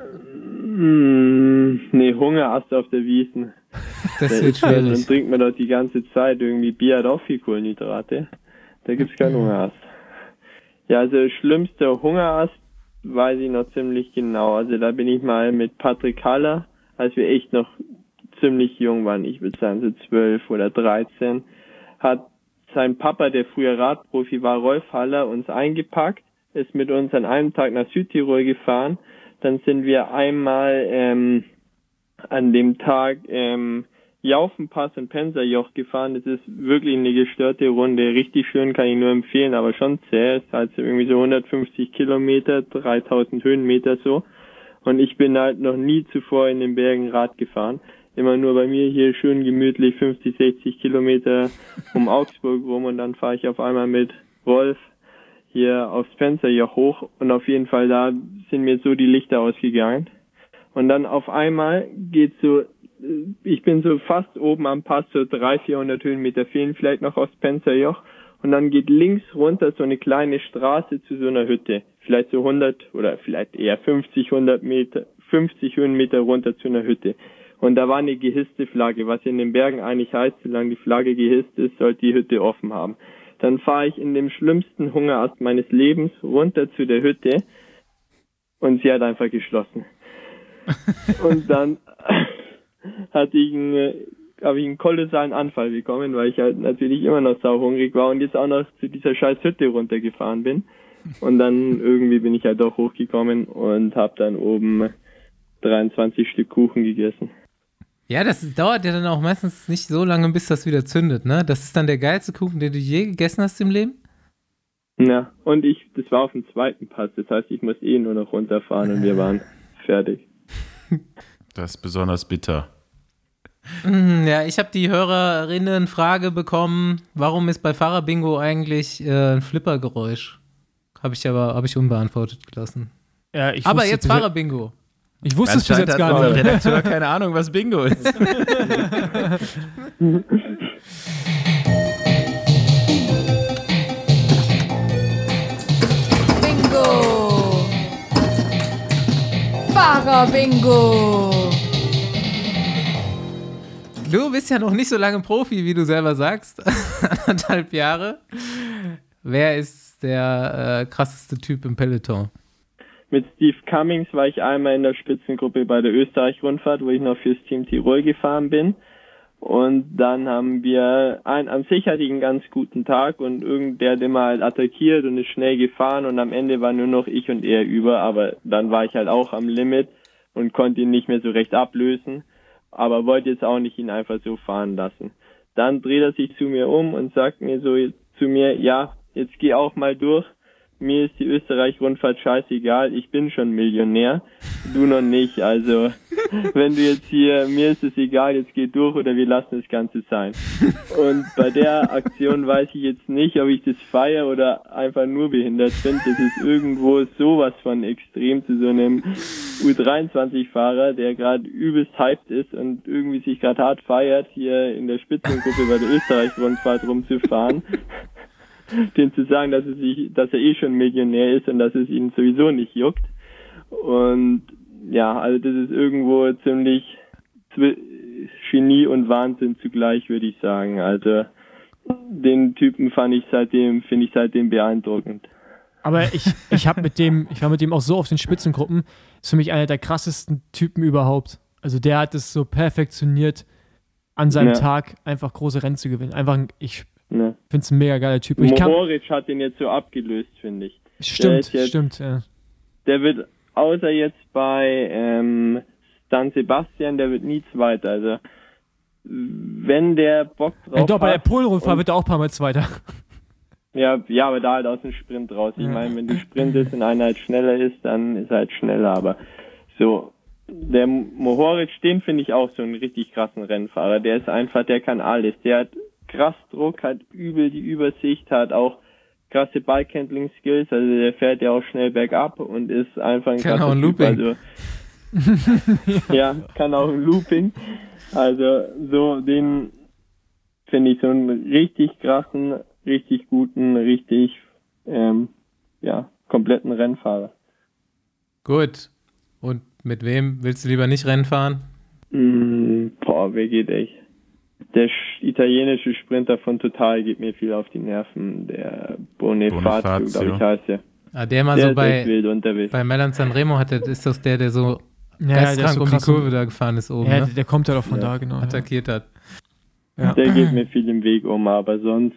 Speaker 5: Nee, Hungerast auf der Wiesn.
Speaker 1: Das wird
Speaker 5: Dann
Speaker 1: schwierig.
Speaker 5: trinkt man doch die ganze Zeit irgendwie. Bier hat auch viel Kohlenhydrate. Da gibt's keinen Hungerast. Ja, also schlimmster Hungerast weiß ich noch ziemlich genau. Also da bin ich mal mit Patrick Haller, als wir echt noch ziemlich jung waren, ich würde sagen so 12 oder 13, hat sein Papa, der früher Radprofi war, Rolf Haller, uns eingepackt, ist mit uns an einem Tag nach Südtirol gefahren. Dann sind wir einmal an dem Tag Jaufenpass und Penserjoch gefahren. Das ist wirklich eine gestörte Runde. Richtig schön, kann ich nur empfehlen, aber schon zäh. Es ist halt so irgendwie so 150 Kilometer, 3000 Höhenmeter so. Und ich bin halt noch nie zuvor in den Bergen Rad gefahren. Immer nur bei mir hier schön gemütlich 50, 60 Kilometer um Augsburg rum und dann fahre ich auf einmal mit Rolf hier aufs Penserjoch hoch und auf jeden Fall da sind mir so die Lichter ausgegangen. Und dann auf einmal geht so, ich bin so fast oben am Pass, so 300, 400 Höhenmeter fehlen vielleicht noch aufs Penserjoch und dann geht links runter so eine kleine Straße zu so einer Hütte. Vielleicht so 100 oder vielleicht eher 50 Höhenmeter runter zu einer Hütte. Und da war eine gehisste Flagge, was in den Bergen eigentlich heißt, solange die Flagge gehisst ist, sollte die Hütte offen haben. Dann fahre ich in dem schlimmsten Hungerast meines Lebens runter zu der Hütte und sie hat einfach geschlossen. Und dann habe ich einen kolossalen Anfall bekommen, weil ich halt natürlich immer noch sauhungrig war und jetzt auch noch zu dieser scheiß Hütte runtergefahren bin. Und dann irgendwie bin ich halt doch hochgekommen und habe dann oben 23 Stück Kuchen gegessen.
Speaker 1: Ja, das dauert ja dann auch meistens nicht so lange, bis das wieder zündet, ne? Das ist dann der geilste Kuchen, den du je gegessen hast im Leben?
Speaker 5: Ja, und das war auf dem zweiten Pass, das heißt, ich muss nur noch runterfahren und wir waren fertig.
Speaker 6: Das ist besonders bitter.
Speaker 1: Ja, ich habe die Hörerinnen-Frage bekommen, warum ist bei Fahrerbingo eigentlich ein Flippergeräusch? Habe ich unbeantwortet gelassen.
Speaker 7: Ja, ich
Speaker 1: Aber
Speaker 7: wusste
Speaker 1: jetzt
Speaker 7: bis
Speaker 1: Fahrerbingo.
Speaker 7: Ich wusste es bis jetzt
Speaker 6: Anscheinend
Speaker 7: gar
Speaker 6: hat unser
Speaker 7: nicht.
Speaker 6: Redakteur keine Ahnung, was Bingo ist.
Speaker 8: Bingo! Fahrer-Bingo!
Speaker 1: Du bist ja noch nicht so lange Profi, wie du selber sagst. 1,5 Jahre. Wer ist der krasseste Typ im Peloton?
Speaker 5: Mit Steve Cummings war ich einmal in der Spitzengruppe bei der Österreich-Rundfahrt, wo ich noch fürs Team Tirol gefahren bin. Und dann haben wir an sich hatte ich einen ganz guten Tag und irgendwer hat immer halt attackiert und ist schnell gefahren und am Ende war nur noch ich und er über, aber dann war ich halt auch am Limit und konnte ihn nicht mehr so recht ablösen, aber wollte jetzt auch nicht ihn einfach so fahren lassen. Dann dreht er sich zu mir um und sagt mir so zu mir, ja, jetzt geh auch mal durch. Mir ist die Österreich-Rundfahrt scheißegal, ich bin schon Millionär, du noch nicht, also wenn du jetzt hier, mir ist es egal, jetzt geh durch oder wir lassen das Ganze sein. Und bei der Aktion weiß ich jetzt nicht, ob ich das feiere oder einfach nur behindert bin, das ist irgendwo sowas von extrem zu so einem U23-Fahrer, der gerade übelst hyped ist und irgendwie sich gerade hart feiert, hier in der Spitzengruppe bei der Österreich-Rundfahrt rumzufahren. Den zu sagen, dass er eh schon Millionär ist und dass es ihn sowieso nicht juckt. Und ja, also das ist irgendwo ziemlich Genie und Wahnsinn zugleich, würde ich sagen. Also den Typen finde ich seitdem beeindruckend.
Speaker 7: Aber ich war mit dem auch so auf den Spitzengruppen, ist für mich einer der krassesten Typen überhaupt. Also der hat es so perfektionioniert, an seinem Tag einfach große Rennen zu gewinnen. Ich finde es ein mega geiler Typ.
Speaker 5: Mohoric hat den jetzt so abgelöst, finde ich.
Speaker 7: Stimmt, ja.
Speaker 5: Der wird, außer jetzt bei San Sebastian, der wird nie Zweiter. Also wenn der Bock drauf
Speaker 7: Ja, doch, bei der
Speaker 5: hat.
Speaker 7: Polen-Rundfahrt wird er auch ein paar Mal Zweiter.
Speaker 5: Ja, aber da halt aus dem Sprint raus. Ich meine, wenn du sprintest und einer halt schneller ist, dann ist er halt schneller. Aber so, der Mohoric, den finde ich auch so einen richtig krassen Rennfahrer. Der ist einfach, der kann alles. Der hat krass Druck, hat übel die Übersicht, hat auch krasse Bike-Handling-Skills. Also der fährt ja auch schnell bergab und ist einfach ein
Speaker 1: Kann
Speaker 5: krasser
Speaker 1: auch ein
Speaker 5: Typ.
Speaker 1: Looping.
Speaker 5: Also, ja, kann auch ein Looping. Also so, den finde ich so einen richtig krassen, richtig guten, richtig kompletten Rennfahrer.
Speaker 1: Gut. Und mit wem willst du lieber nicht Rennen fahren?
Speaker 5: Wer geht echt? Der italienische Sprinter von Total geht mir viel auf die Nerven. Der Bonifacio, glaube ich, heißt der.
Speaker 1: Ah, der mal
Speaker 5: Der
Speaker 1: so
Speaker 5: ist echt wild unterwegs.
Speaker 1: bei Milan Sanremo hatte, ist das der so
Speaker 7: Ja, der ist
Speaker 1: geisteskrank
Speaker 7: so
Speaker 1: um die
Speaker 7: krass.
Speaker 1: Kurve da gefahren ist oben,
Speaker 7: Ja,
Speaker 1: ne?
Speaker 7: der kommt ja doch von da, genau.
Speaker 1: Attackiert hat.
Speaker 7: Ja.
Speaker 5: Der geht mir viel im Weg aber sonst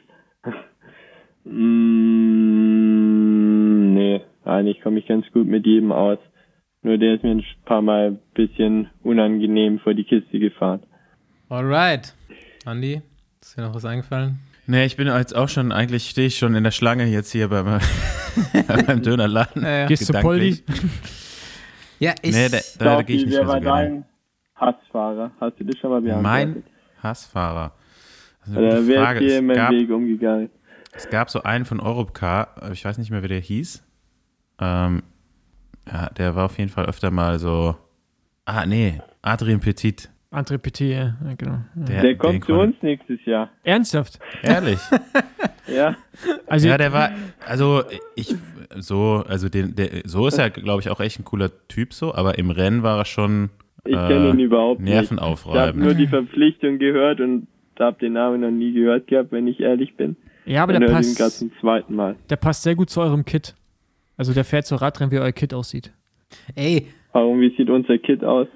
Speaker 5: nee, eigentlich komme ich ganz gut mit jedem aus. Nur der ist mir ein paar Mal ein bisschen unangenehm vor die Kiste gefahren.
Speaker 1: Alright. Andi, ist dir noch was eingefallen?
Speaker 6: Nee, ich bin jetzt auch schon, eigentlich stehe ich schon in der Schlange jetzt hier beim Dönerladen.
Speaker 1: Ja.
Speaker 7: Gehst du Poldi?
Speaker 1: Ja,
Speaker 6: Nee, da gehe ich nicht
Speaker 5: wer
Speaker 6: mehr so
Speaker 5: war
Speaker 6: gerne.
Speaker 5: dein Hassfahrer? Hast du das schon mal beantwortet?
Speaker 6: Mein Hassfahrer. Das ist eine
Speaker 5: Oder
Speaker 6: gute
Speaker 5: wer
Speaker 6: Frage.
Speaker 5: ist dir in meinen Weg umgegangen?
Speaker 6: Es gab so einen von Europcar, ich weiß nicht mehr, wie der hieß. Ja, der war auf jeden Fall öfter mal so. Adrien Petit.
Speaker 7: André Petit, ja, genau. Ja.
Speaker 5: Der kommt zu uns nächstes Jahr.
Speaker 7: Ernsthaft?
Speaker 6: Ehrlich.
Speaker 5: Ja.
Speaker 7: Also,
Speaker 6: Ja, der war, so ist er, glaube ich, auch echt ein cooler Typ so, aber im Rennen war er schon
Speaker 5: Ich kenne ihn überhaupt nicht. Ich habe
Speaker 6: nervenaufreibend.
Speaker 5: nur die Verpflichtung gehört und habe den Namen noch nie gehört gehabt, wenn ich ehrlich bin.
Speaker 7: ja, aber
Speaker 5: Und
Speaker 7: der
Speaker 5: höre ihn gerade
Speaker 7: passt,
Speaker 5: zum zweiten Mal.
Speaker 7: der passt sehr gut zu eurem Kit. Also der fährt so Radrennen, wie euer Kit aussieht.
Speaker 1: Ey,
Speaker 5: Warum, wie sieht unser Kit aus?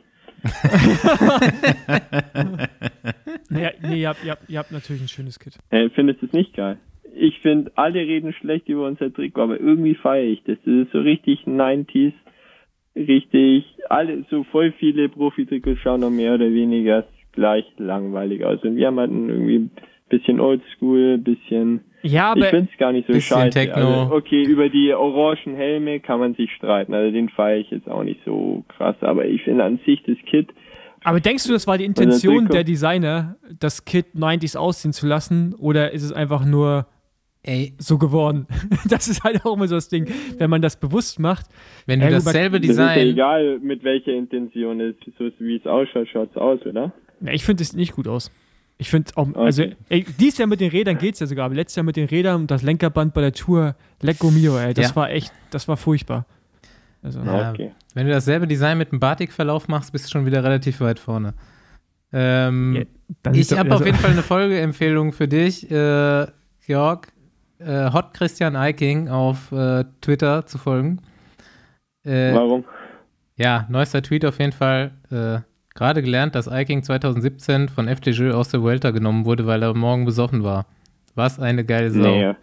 Speaker 7: Naja, nee, ihr habt natürlich ein schönes Kit.
Speaker 5: Findest du es nicht geil? Ich finde, alle reden schlecht über unser Trikot, aber irgendwie feiere ich das. Das ist so richtig 90s, richtig, so voll viele Profi-Trikots schauen noch mehr oder weniger gleich langweilig aus. Und wir haben halt irgendwie ein bisschen Oldschool, ein bisschen...
Speaker 7: Ja,
Speaker 5: Ich
Speaker 7: aber
Speaker 5: finde es gar nicht so
Speaker 1: bisschen
Speaker 5: scheiße.
Speaker 1: Techno.
Speaker 5: Also, okay, über die orangen Helme kann man sich streiten. Also den feiere ich jetzt auch nicht so krass. Aber ich finde an sich das Kit...
Speaker 7: denkst du, das war die Intention
Speaker 5: Trikot.
Speaker 7: der Designer, das Kit 90s aussehen zu lassen? Oder ist es einfach nur
Speaker 1: ey,
Speaker 7: so geworden? Das ist halt auch immer so das Ding. Wenn man das bewusst macht,
Speaker 1: wenn du
Speaker 7: Ja, gut,
Speaker 1: dasselbe
Speaker 5: Das ist ja
Speaker 1: Design,
Speaker 5: egal, mit welcher Intention es ist. So wie es ausschaut, schaut es aus, oder?
Speaker 7: ja, ich finde es nicht gut aus. Ich finde auch, also dieses Jahr mit den Rädern geht's ja sogar, aber letztes Jahr mit den Rädern und das Lenkerband bei der Tour, Lecco Mio, ey, das
Speaker 1: Ja.
Speaker 7: war echt, das war furchtbar. Also,
Speaker 1: Ja,
Speaker 5: Okay.
Speaker 1: wenn du dasselbe Design mit einem Batik-Verlauf machst, bist du schon wieder relativ weit vorne.
Speaker 7: dann
Speaker 1: Ich
Speaker 7: ist doch-
Speaker 1: habe
Speaker 7: also-
Speaker 1: auf jeden Fall eine Folgeempfehlung für dich, Georg. Hot Christian Eiking auf Twitter zu folgen.
Speaker 5: Warum?
Speaker 1: Ja, neuester Tweet auf jeden Fall. Gerade gelernt, dass Eiking 2017 von FDJ aus der Vuelta genommen wurde, weil er morgen besoffen war. Was eine geile Sau.
Speaker 5: Nee.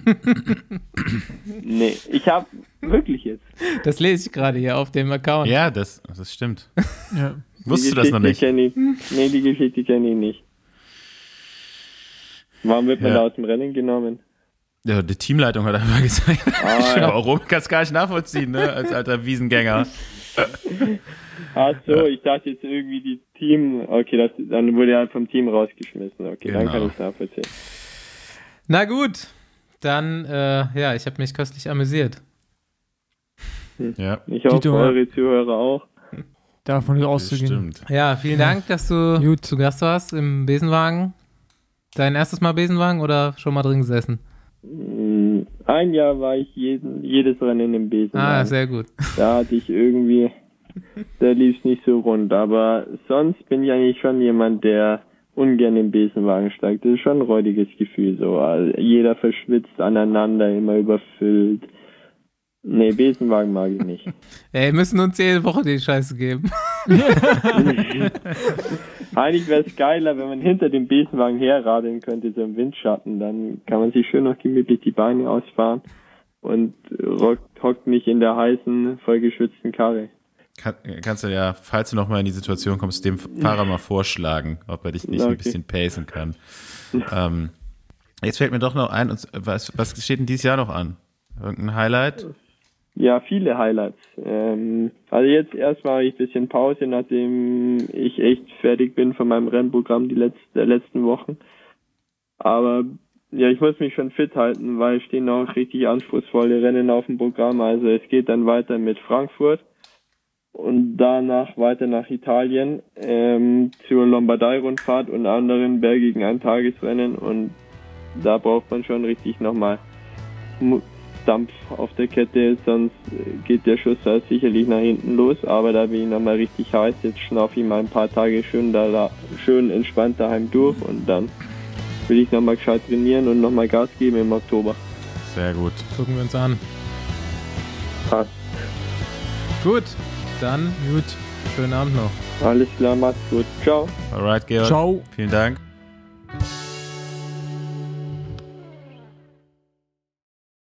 Speaker 5: Nee, ich habe wirklich jetzt.
Speaker 1: Das lese ich gerade hier auf dem Account.
Speaker 6: Ja, das stimmt.
Speaker 7: ja.
Speaker 6: Wusstest du das noch nicht?
Speaker 5: Nee, die Geschichte kenne ich nicht. Warum wird man
Speaker 6: Ja.
Speaker 5: da aus dem Rennen genommen?
Speaker 6: Ja, die Teamleitung hat einfach gesagt.
Speaker 5: Ah, ja.
Speaker 6: Warum? Kannst gar nicht nachvollziehen, ne? Als alter Wiesengänger.
Speaker 5: Ach so, ich dachte jetzt irgendwie die Team... Okay, dann wurde er halt vom Team rausgeschmissen. Okay, dann
Speaker 6: Genau.
Speaker 5: kann ich es nachvollziehen.
Speaker 1: Na gut, dann, ich habe mich köstlich amüsiert.
Speaker 6: Ja,
Speaker 5: Ich hoffe,
Speaker 7: Dito,
Speaker 5: eure Zuhörer auch.
Speaker 7: Davon ist
Speaker 6: das
Speaker 7: auszugehen.
Speaker 6: stimmt.
Speaker 1: Ja, vielen Dank, dass du
Speaker 7: Gut.
Speaker 1: zu Gast warst im Besenwagen. Dein erstes Mal Besenwagen oder schon mal drin gesessen?
Speaker 5: Ein Jahr war ich jedes Rennen im Besen.
Speaker 1: Ah, sehr gut.
Speaker 5: Da hatte ich irgendwie, da lief es nicht so rund. Aber sonst bin ich eigentlich schon jemand, der ungern im Besenwagen steigt. Das ist schon ein räudiges Gefühl. So, also jeder verschwitzt aneinander, immer überfüllt. Nee, Besenwagen mag ich nicht.
Speaker 1: Ey, müssen uns jede Woche die Scheiße geben.
Speaker 5: Eigentlich wäre es geiler, wenn man hinter dem Besenwagen herradeln könnte, so im Windschatten. Dann kann man sich schön noch gemütlich die Beine ausfahren und hockt nicht in der heißen, vollgeschwitzten Karre.
Speaker 6: kannst du ja, falls du nochmal in die Situation kommst, dem Fahrer mal vorschlagen, ob er dich nicht ein bisschen pacen kann. Jetzt fällt mir doch noch ein, was steht denn dieses Jahr noch an? Irgendein Highlight?
Speaker 5: Ja, viele Highlights. Also jetzt erstmal habe ich ein bisschen Pause, nachdem ich echt fertig bin von meinem Rennprogramm der letzten Wochen. Aber ja, ich muss mich schon fit halten, weil es stehen noch richtig anspruchsvolle Rennen auf dem Programm. Also es geht dann weiter mit Frankfurt und danach weiter nach Italien zur Lombardei-Rundfahrt und anderen bergigen Eintagesrennen. Und da braucht man schon richtig nochmal Dampf auf der Kette, sonst geht der Schuss halt sicherlich nach hinten los, aber da bin ich nochmal richtig heiß, jetzt schnaufe ich mal ein paar Tage schön entspannt daheim durch und dann will ich nochmal gescheit trainieren und nochmal Gas geben im Oktober.
Speaker 6: Sehr gut.
Speaker 1: Gucken wir uns an.
Speaker 5: Passt.
Speaker 1: Gut, dann schönen Abend noch.
Speaker 5: Alles klar, macht's gut. Ciao.
Speaker 6: Alright, Georg.
Speaker 7: Ciao.
Speaker 6: Vielen Dank.